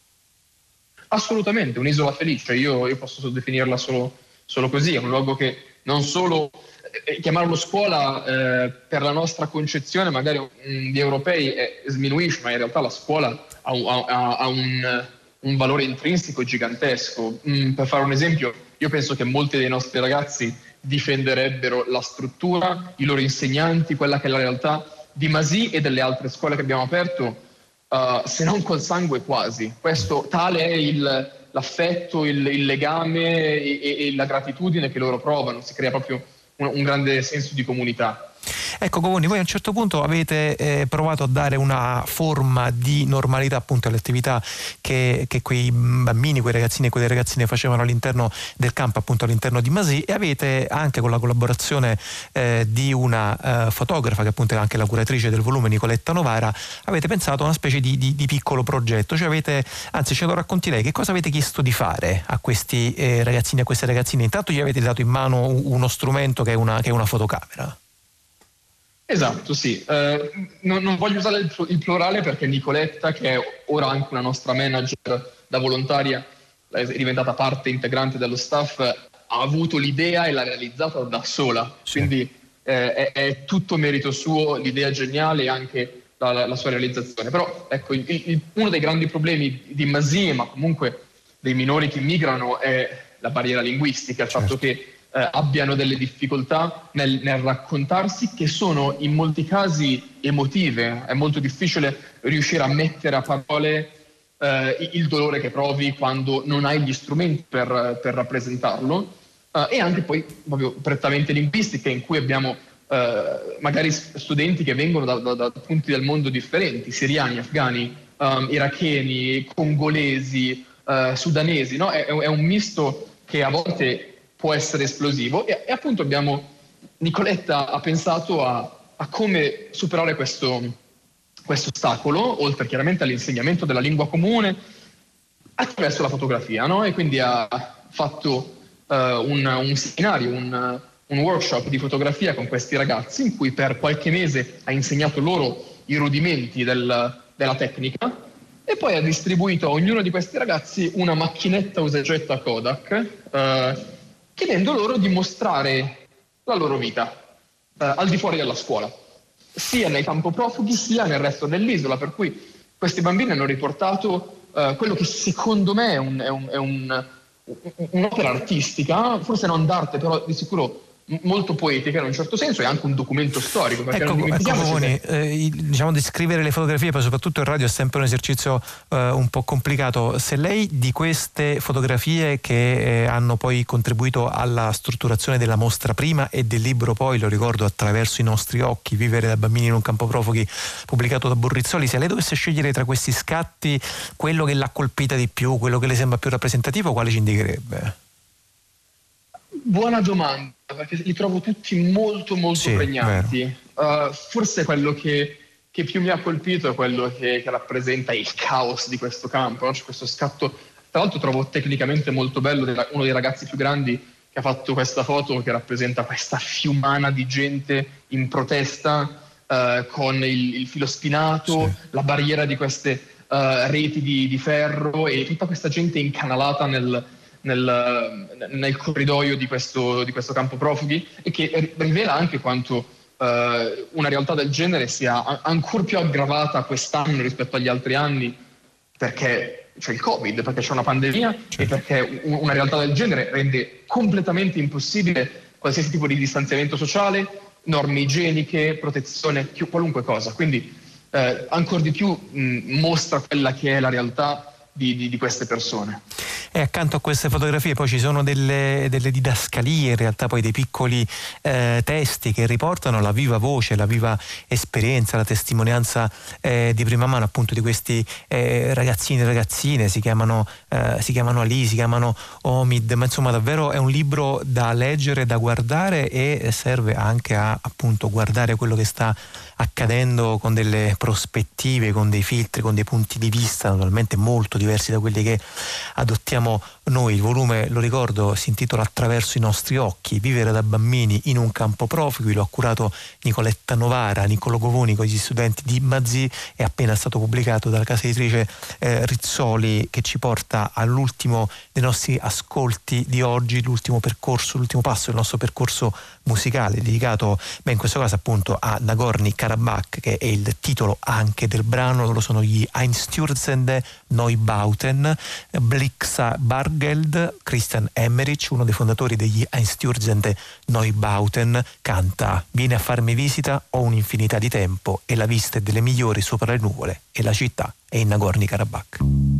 Assolutamente, un'isola felice, io, io posso definirla solo, solo così, è un luogo che non solo, eh, chiamarlo scuola eh, per la nostra concezione magari mh, di europei è, sminuisce, ma in realtà la scuola ha, ha, ha un, un valore intrinseco gigantesco. Mm, per fare un esempio, io penso che molti dei nostri ragazzi difenderebbero la struttura, i loro insegnanti, quella che è la realtà di Mazì e delle altre scuole che abbiamo aperto, uh, se non col sangue quasi. Questo tale è il, l'affetto, il, il legame e, e, e la gratitudine che loro provano, si crea proprio un, un grande senso di comunità.
Ecco Govoni, voi a un certo punto avete eh, provato a dare una forma di normalità appunto alle attività che, che quei bambini, quei ragazzini e quelle ragazzine facevano all'interno del campo, appunto all'interno di Masì, e avete anche con la collaborazione eh, di una eh, fotografa che appunto è anche la curatrice del volume, Nicoletta Novara, avete pensato a una specie di, di, di piccolo progetto, cioè avete, anzi ce lo racconti lei, che cosa avete chiesto di fare a questi eh, ragazzini e a queste ragazzine? Intanto gli avete dato in mano uno strumento che è una, che è una fotocamera.
Esatto, sì. Eh, non, non voglio usare il, il plurale perché Nicoletta, che è ora anche una nostra manager da volontaria, è diventata parte integrante dello staff, ha avuto l'idea e l'ha realizzata da sola. Sì. Quindi eh, è, è tutto merito suo, l'idea geniale e anche la, la sua realizzazione. Però ecco, il, il, uno dei grandi problemi di Masì, ma comunque dei minori che migrano, è la barriera linguistica, il certo. fatto che Eh, abbiano delle difficoltà nel, nel raccontarsi, che sono in molti casi emotive. È molto difficile riuscire a mettere a parole eh, il dolore che provi quando non hai gli strumenti per, per rappresentarlo, eh, e anche poi proprio prettamente linguistiche, in cui abbiamo eh, magari studenti che vengono da, da, da punti del mondo differenti, siriani, afghani, um, iracheni, congolesi, uh, sudanesi, no? È, è un misto che a volte può essere esplosivo, e, e appunto abbiamo, Nicoletta ha pensato a, a come superare questo, questo ostacolo, oltre chiaramente all'insegnamento della lingua comune, attraverso la fotografia, no? E quindi ha fatto uh, un, un seminario, un, un workshop di fotografia con questi ragazzi, in cui per qualche mese ha insegnato loro i rudimenti del, della tecnica, e poi ha distribuito a ognuno di questi ragazzi una macchinetta usa e getta Kodak, uh, chiedendo loro di mostrare la loro vita eh, al di fuori della scuola, sia nel campo profughi sia nel resto dell'isola, per cui questi bambini hanno riportato eh, quello che secondo me è, un, è, un, è un, un'opera artistica, forse non d'arte, però di sicuro molto poetica in un certo senso, e anche un documento storico, perché
ecco,
non dimentichiamoci
ecco, che... eh, diciamo descrivere le fotografie, poi soprattutto in radio, è sempre un esercizio eh, un po' complicato. Se lei di queste fotografie che eh, hanno poi contribuito alla strutturazione della mostra prima e del libro poi, lo ricordo, Attraverso i nostri occhi, vivere da bambini in un campo profughi, pubblicato da Burrizzoli, se lei dovesse scegliere tra questi scatti quello che l'ha colpita di più, quello che le sembra più rappresentativo, quale ci indicherebbe?
Buona domanda, perché li trovo tutti molto molto sì, pregnanti. Uh, forse quello che, che più mi ha colpito è quello che, che rappresenta il caos di questo campo, no? C'è questo scatto, tra l'altro trovo tecnicamente molto bello, uno dei ragazzi più grandi che ha fatto questa foto, che rappresenta questa fiumana di gente in protesta uh, con il, il filo spinato, sì. la barriera di queste uh, reti di, di ferro, e tutta questa gente incanalata nel Nel, nel corridoio di questo, di questo campo profughi, e che rivela anche quanto eh, una realtà del genere sia ancora più aggravata quest'anno rispetto agli altri anni, perché c'è il Covid, perché c'è una pandemia, certo. e perché una realtà del genere rende completamente impossibile qualsiasi tipo di distanziamento sociale, norme igieniche, protezione, qualunque cosa. Quindi eh, ancora di più mh, mostra quella che è la realtà Di, di, di queste persone.
E accanto a queste fotografie poi ci sono delle, delle didascalie, in realtà poi dei piccoli eh, testi che riportano la viva voce, la viva esperienza, la testimonianza eh, di prima mano appunto di questi eh, ragazzini e ragazzine, si chiamano, eh, si chiamano Ali, si chiamano Omid, ma insomma davvero è un libro da leggere, da guardare, e serve anche a appunto guardare quello che sta accadendo con delle prospettive, con dei filtri, con dei punti di vista naturalmente molto diversi da quelli che adottiamo noi. Il volume, lo ricordo, si intitola Attraverso i nostri occhi, vivere da bambini in un campo profughi, lo ha curato Nicoletta Novara, Niccolò Govoni con gli studenti di Mazì, è appena stato pubblicato dalla casa editrice eh, Rizzoli, che ci porta all'ultimo dei nostri ascolti di oggi, l'ultimo percorso, l'ultimo passo del nostro percorso musicale, dedicato beh, in questo caso appunto a Nagorno-Karabakh, che è il titolo anche del brano. Loro sono gli Einstürzende Neubauten, Blixa Era Bargeld Christian Emmerich, uno dei fondatori degli Einstürzende Neubauten, canta: vieni a farmi visita, ho un'infinità di tempo e la vista è delle migliori sopra le nuvole e la città è in Nagorno-Karabakh.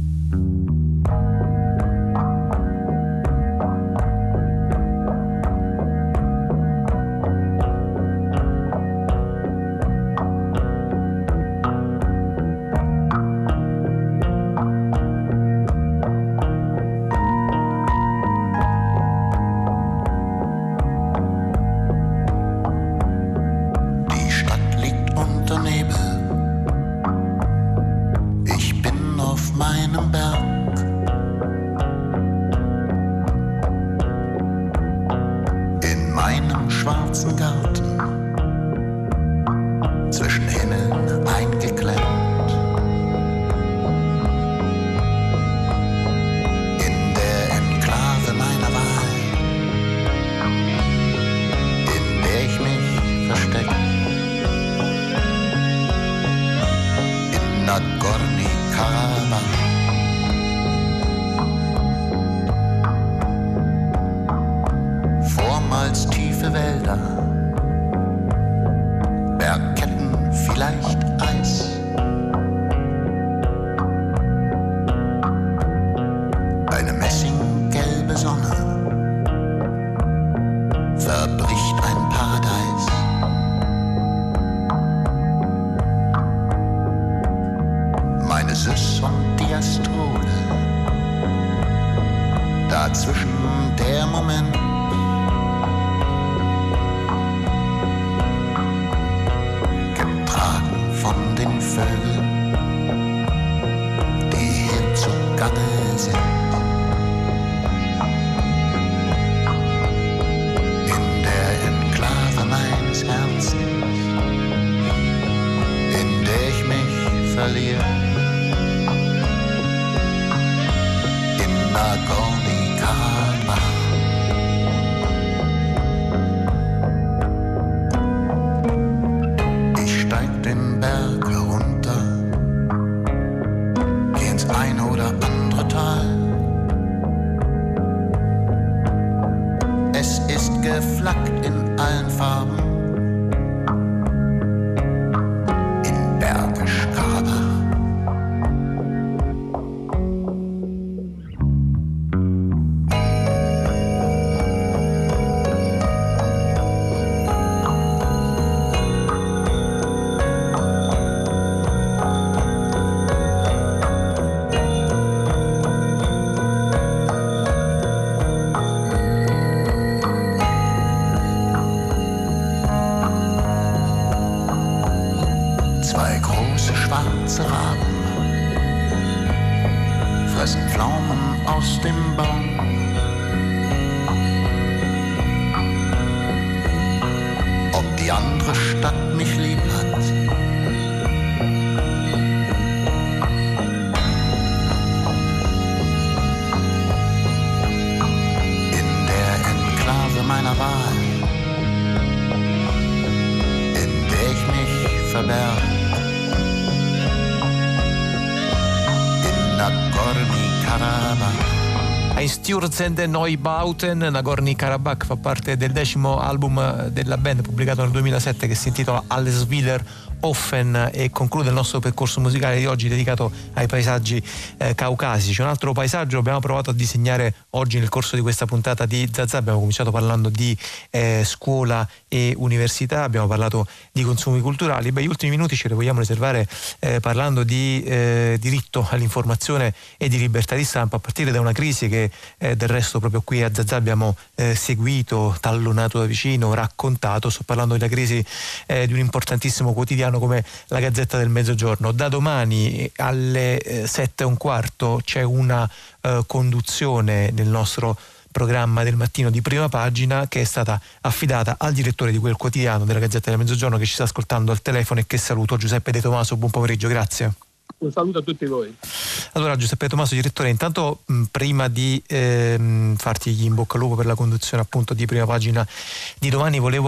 Einstürzende Neubauten, Nagorno-Karabakh, fa parte del decimo album della band pubblicato nel duemilasette che si intitola Alles wieder offen e conclude il nostro percorso musicale di oggi dedicato ai paesaggi eh, caucasici. Un altro paesaggio abbiamo provato a disegnare oggi nel corso di questa puntata di Zazà. Abbiamo cominciato parlando di eh, scuola e università, abbiamo parlato di consumi culturali. Beh, gli ultimi minuti ce li vogliamo riservare eh, parlando di eh, diritto all'informazione e di libertà di stampa, a partire da una crisi che eh, del resto proprio qui a Zazà abbiamo eh, seguito, tallonato da vicino, raccontato. Sto parlando della crisi eh, di un importantissimo quotidiano come la Gazzetta del Mezzogiorno. Da domani alle eh, sette e un quarto c'è una eh, conduzione nel nostro programma del mattino di Prima Pagina che è stata affidata al direttore di quel quotidiano della Gazzetta del Mezzogiorno che ci sta ascoltando al telefono e che saluto, Giuseppe De Tomaso. Buon pomeriggio, grazie.
Un saluto a tutti voi.
Allora, Giuseppe Tomaso, direttore, intanto mh, prima di ehm, farti gli in bocca al lupo per la conduzione appunto di Prima Pagina di domani, volevo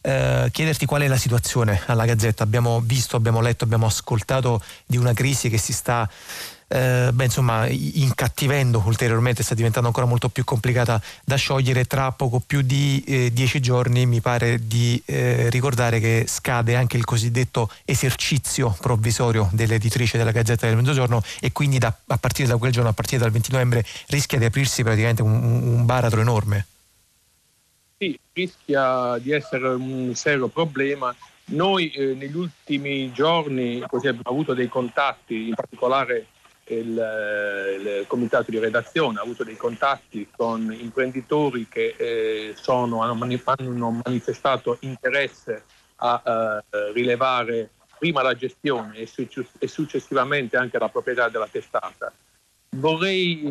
eh, chiederti qual è la situazione alla Gazzetta. Abbiamo visto, abbiamo letto, abbiamo ascoltato di una crisi che si sta Eh, beh, insomma, incattivendo ulteriormente, sta diventando ancora molto più complicata da sciogliere. Tra poco più di eh, dieci giorni mi pare di eh, ricordare che scade anche il cosiddetto esercizio provvisorio dell'editrice della Gazzetta del Mezzogiorno, e quindi da, a partire da quel giorno, a partire dal venti novembre, rischia di aprirsi praticamente un, un baratro enorme.
Sì, rischia di essere un serio problema. Noi eh, negli ultimi giorni così abbiamo avuto dei contatti, in particolare Il, il comitato di redazione ha avuto dei contatti con imprenditori che eh, sono, hanno, mani, hanno manifestato interesse a eh, rilevare prima la gestione e, su, e successivamente anche la proprietà della testata. Vorrei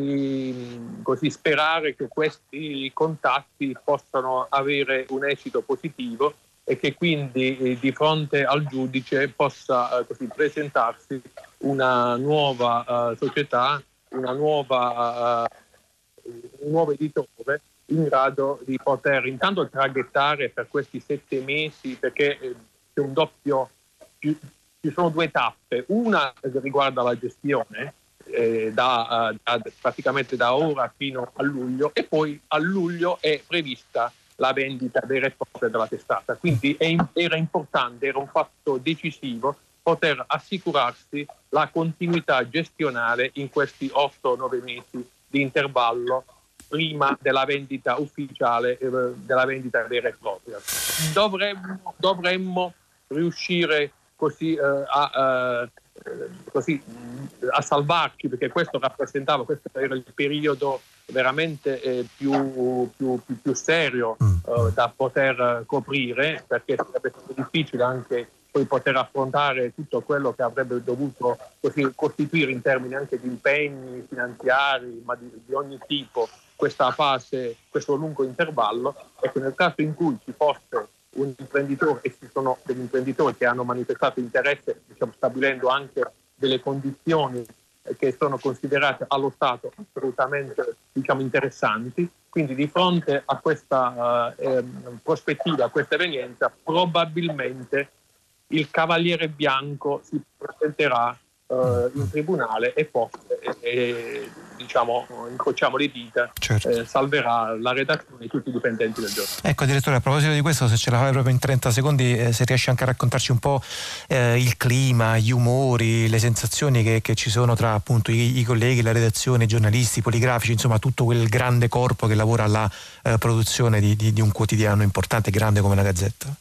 eh, così sperare che questi contatti possano avere un esito positivo e che quindi eh, di fronte al giudice possa eh, così presentarsi una nuova uh, società, una nuova, uh, un nuovo editore in grado di poter intanto traghettare per questi sette mesi, perché eh, c'è un doppio, ci, ci sono due tappe, una che riguarda la gestione eh, da, uh, da, praticamente da ora fino a luglio, e poi a luglio è prevista la vendita vera e propria della testata. Quindi è, era importante, era un fatto decisivo poter assicurarsi la continuità gestionale in questi otto nove mesi di intervallo prima della vendita ufficiale, eh, della vendita vera e propria. Dovremmo, dovremmo riuscire così, eh, a, eh, così a salvarci, perché questo rappresentava, questo era il periodo veramente eh, più, più, più, più serio eh, da poter coprire, perché sarebbe stato difficile anche poi poter affrontare tutto quello che avrebbe dovuto così costituire in termini anche di impegni finanziari, ma di, di ogni tipo, questa fase, questo lungo intervallo. Ecco, nel caso in cui ci fosse un imprenditore, e ci sono degli imprenditori che hanno manifestato interesse, diciamo, stabilendo anche delle condizioni che sono considerate allo Stato assolutamente, diciamo, interessanti, quindi di fronte a questa uh, eh, prospettiva, a questa evenienza, probabilmente il Cavaliere Bianco si presenterà uh, in tribunale e forse, eh, diciamo, incrociamo le dita, certo. eh, salverà la redazione e tutti i dipendenti del giorno.
Ecco, direttore, a proposito di questo, se ce la fai proprio in trenta secondi, eh, se riesci anche a raccontarci un po' eh, il clima, gli umori, le sensazioni che, che ci sono tra appunto i, i colleghi, la redazione, i giornalisti, i poligrafici, insomma tutto quel grande corpo che lavora alla eh, produzione di, di, di un quotidiano importante e grande come la Gazzetta.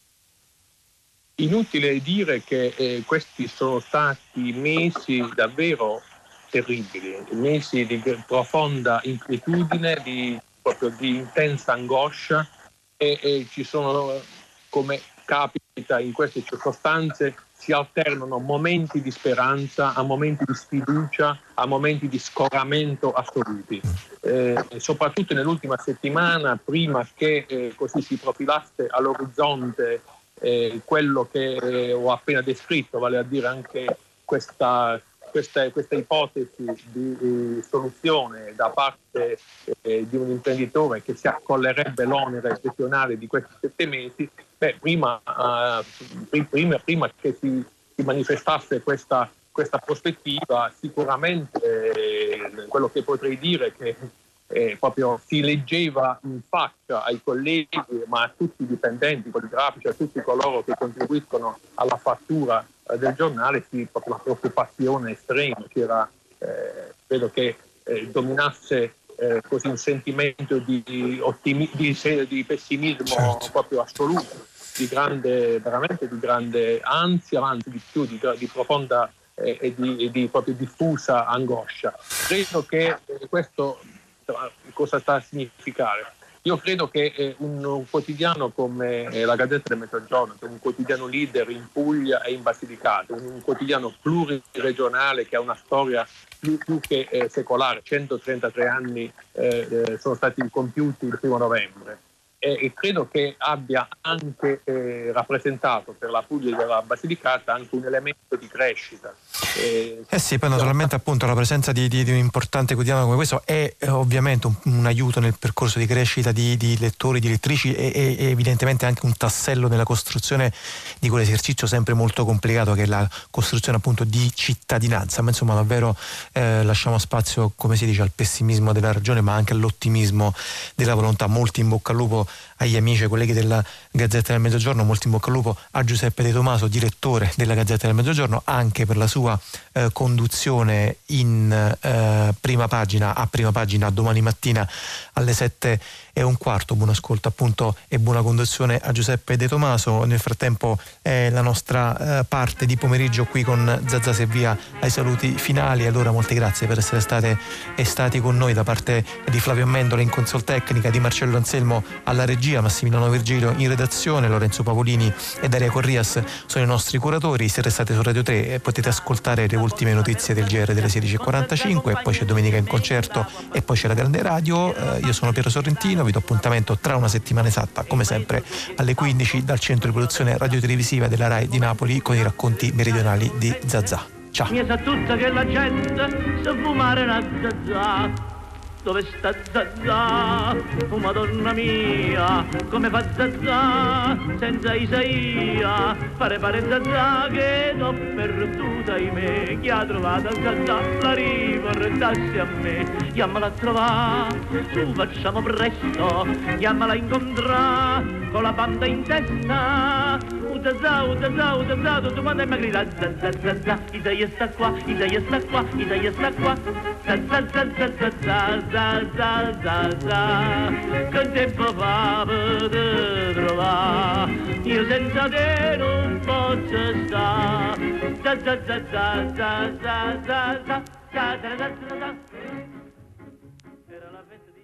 Inutile dire che eh, questi sono stati mesi davvero terribili, mesi di profonda inquietudine, di, proprio di intensa angoscia, e, e ci sono, come capita in queste circostanze, si alternano momenti di speranza a momenti di sfiducia, a momenti di scoramento assoluti. Eh, soprattutto nell'ultima settimana, prima che eh, così si profilasse all'orizzonte Eh, quello che eh, ho appena descritto, vale a dire anche questa, questa, questa ipotesi di, di soluzione da parte eh, di un imprenditore che si accollerebbe l'onere gestionale di questi sette mesi, beh, prima, uh, prima, prima che si, si manifestasse questa, questa prospettiva, sicuramente eh, quello che potrei dire è che Eh, proprio si leggeva in faccia ai colleghi, ma a tutti i dipendenti poligrafici, a tutti coloro che contribuiscono alla fattura eh, del giornale, sì, proprio la preoccupazione estrema. C'era, eh, credo che eh, dominasse eh, così un sentimento di, ottimi- di, di pessimismo, certo, proprio assoluto, di grande, veramente di grande ansia, anzi di più, di, di profonda eh, e di, di proprio diffusa angoscia. Credo che eh, questo cosa sta a significare? Io credo che eh, un, un quotidiano come eh, la Gazzetta del Mezzogiorno, che è un quotidiano leader in Puglia e in Basilicata, un, un quotidiano pluriregionale che ha una storia più, più che eh, secolare, centotrentatré anni eh, eh, sono stati compiuti il primo novembre, e, e credo che abbia anche eh, rappresentato per la Puglia della Basilicata anche un elemento di crescita.
Eh, eh sì, poi naturalmente appunto la presenza di, di, di un importante quotidiano come questo è eh, ovviamente un, un aiuto nel percorso di crescita di, di lettori, di lettrici e, e, e evidentemente anche un tassello nella costruzione di quell'esercizio sempre molto complicato che è la costruzione appunto di cittadinanza, ma insomma davvero eh, lasciamo spazio, come si dice, al pessimismo della ragione ma anche all'ottimismo della volontà. Molti in bocca al lupo agli amici e colleghi della Gazzetta del Mezzogiorno, molti in bocca al lupo a Giuseppe De Tomaso, direttore della Gazzetta del Mezzogiorno, anche per la sua eh, conduzione in eh, prima pagina, a prima pagina domani mattina alle sette e un quarto. Buon ascolto appunto e buona conduzione a Giuseppe De Tomaso. Nel frattempo è la nostra eh, parte di pomeriggio qui con Zazà si avvia ai saluti finali. Allora molte grazie per essere state e stati con noi da parte di Flavio Amendola in console tecnica, di Marcello Anselmo alla regia, Massimiliano Virgilio in redazione, Lorenzo Pavolini e Daria Corrias sono i nostri curatori. Se restate su Radio tre potete ascoltare le ultime notizie del G R delle sedici e quarantacinque, poi c'è Domenica in Concerto e poi c'è la Grande Radio. Eh, io sono Piero Sorrentino, vi do appuntamento tra una settimana esatta come sempre alle quindici dal centro di produzione radiotelevisiva della Rai di Napoli con i racconti meridionali di Zazà. Ciao.
Mi sa tutta che la gente sa fumare una Zazà. Dove sta Zazà? Oh Madonna mia, come fa Zazà senza Isaia? Pare pare Zazà che l'ho perduta in me. Chi ha trovato Zazà la riportassi a me. Chiamala a trovare, su facciamo presto. Chiamala a incontrare con la banda in testa. Uh Zazà, uh Zazà, uh Zazà, tutto quanto mi grida Zazà, Zazà, Isaia sta qua, Isaia sta qua, Isaia sta qua. Zazà, Zazà, Zazà. Za za za za, che tempo fa per trovare, io senza te non posso stare. Za za za za za za za za za za za za. Era la festa di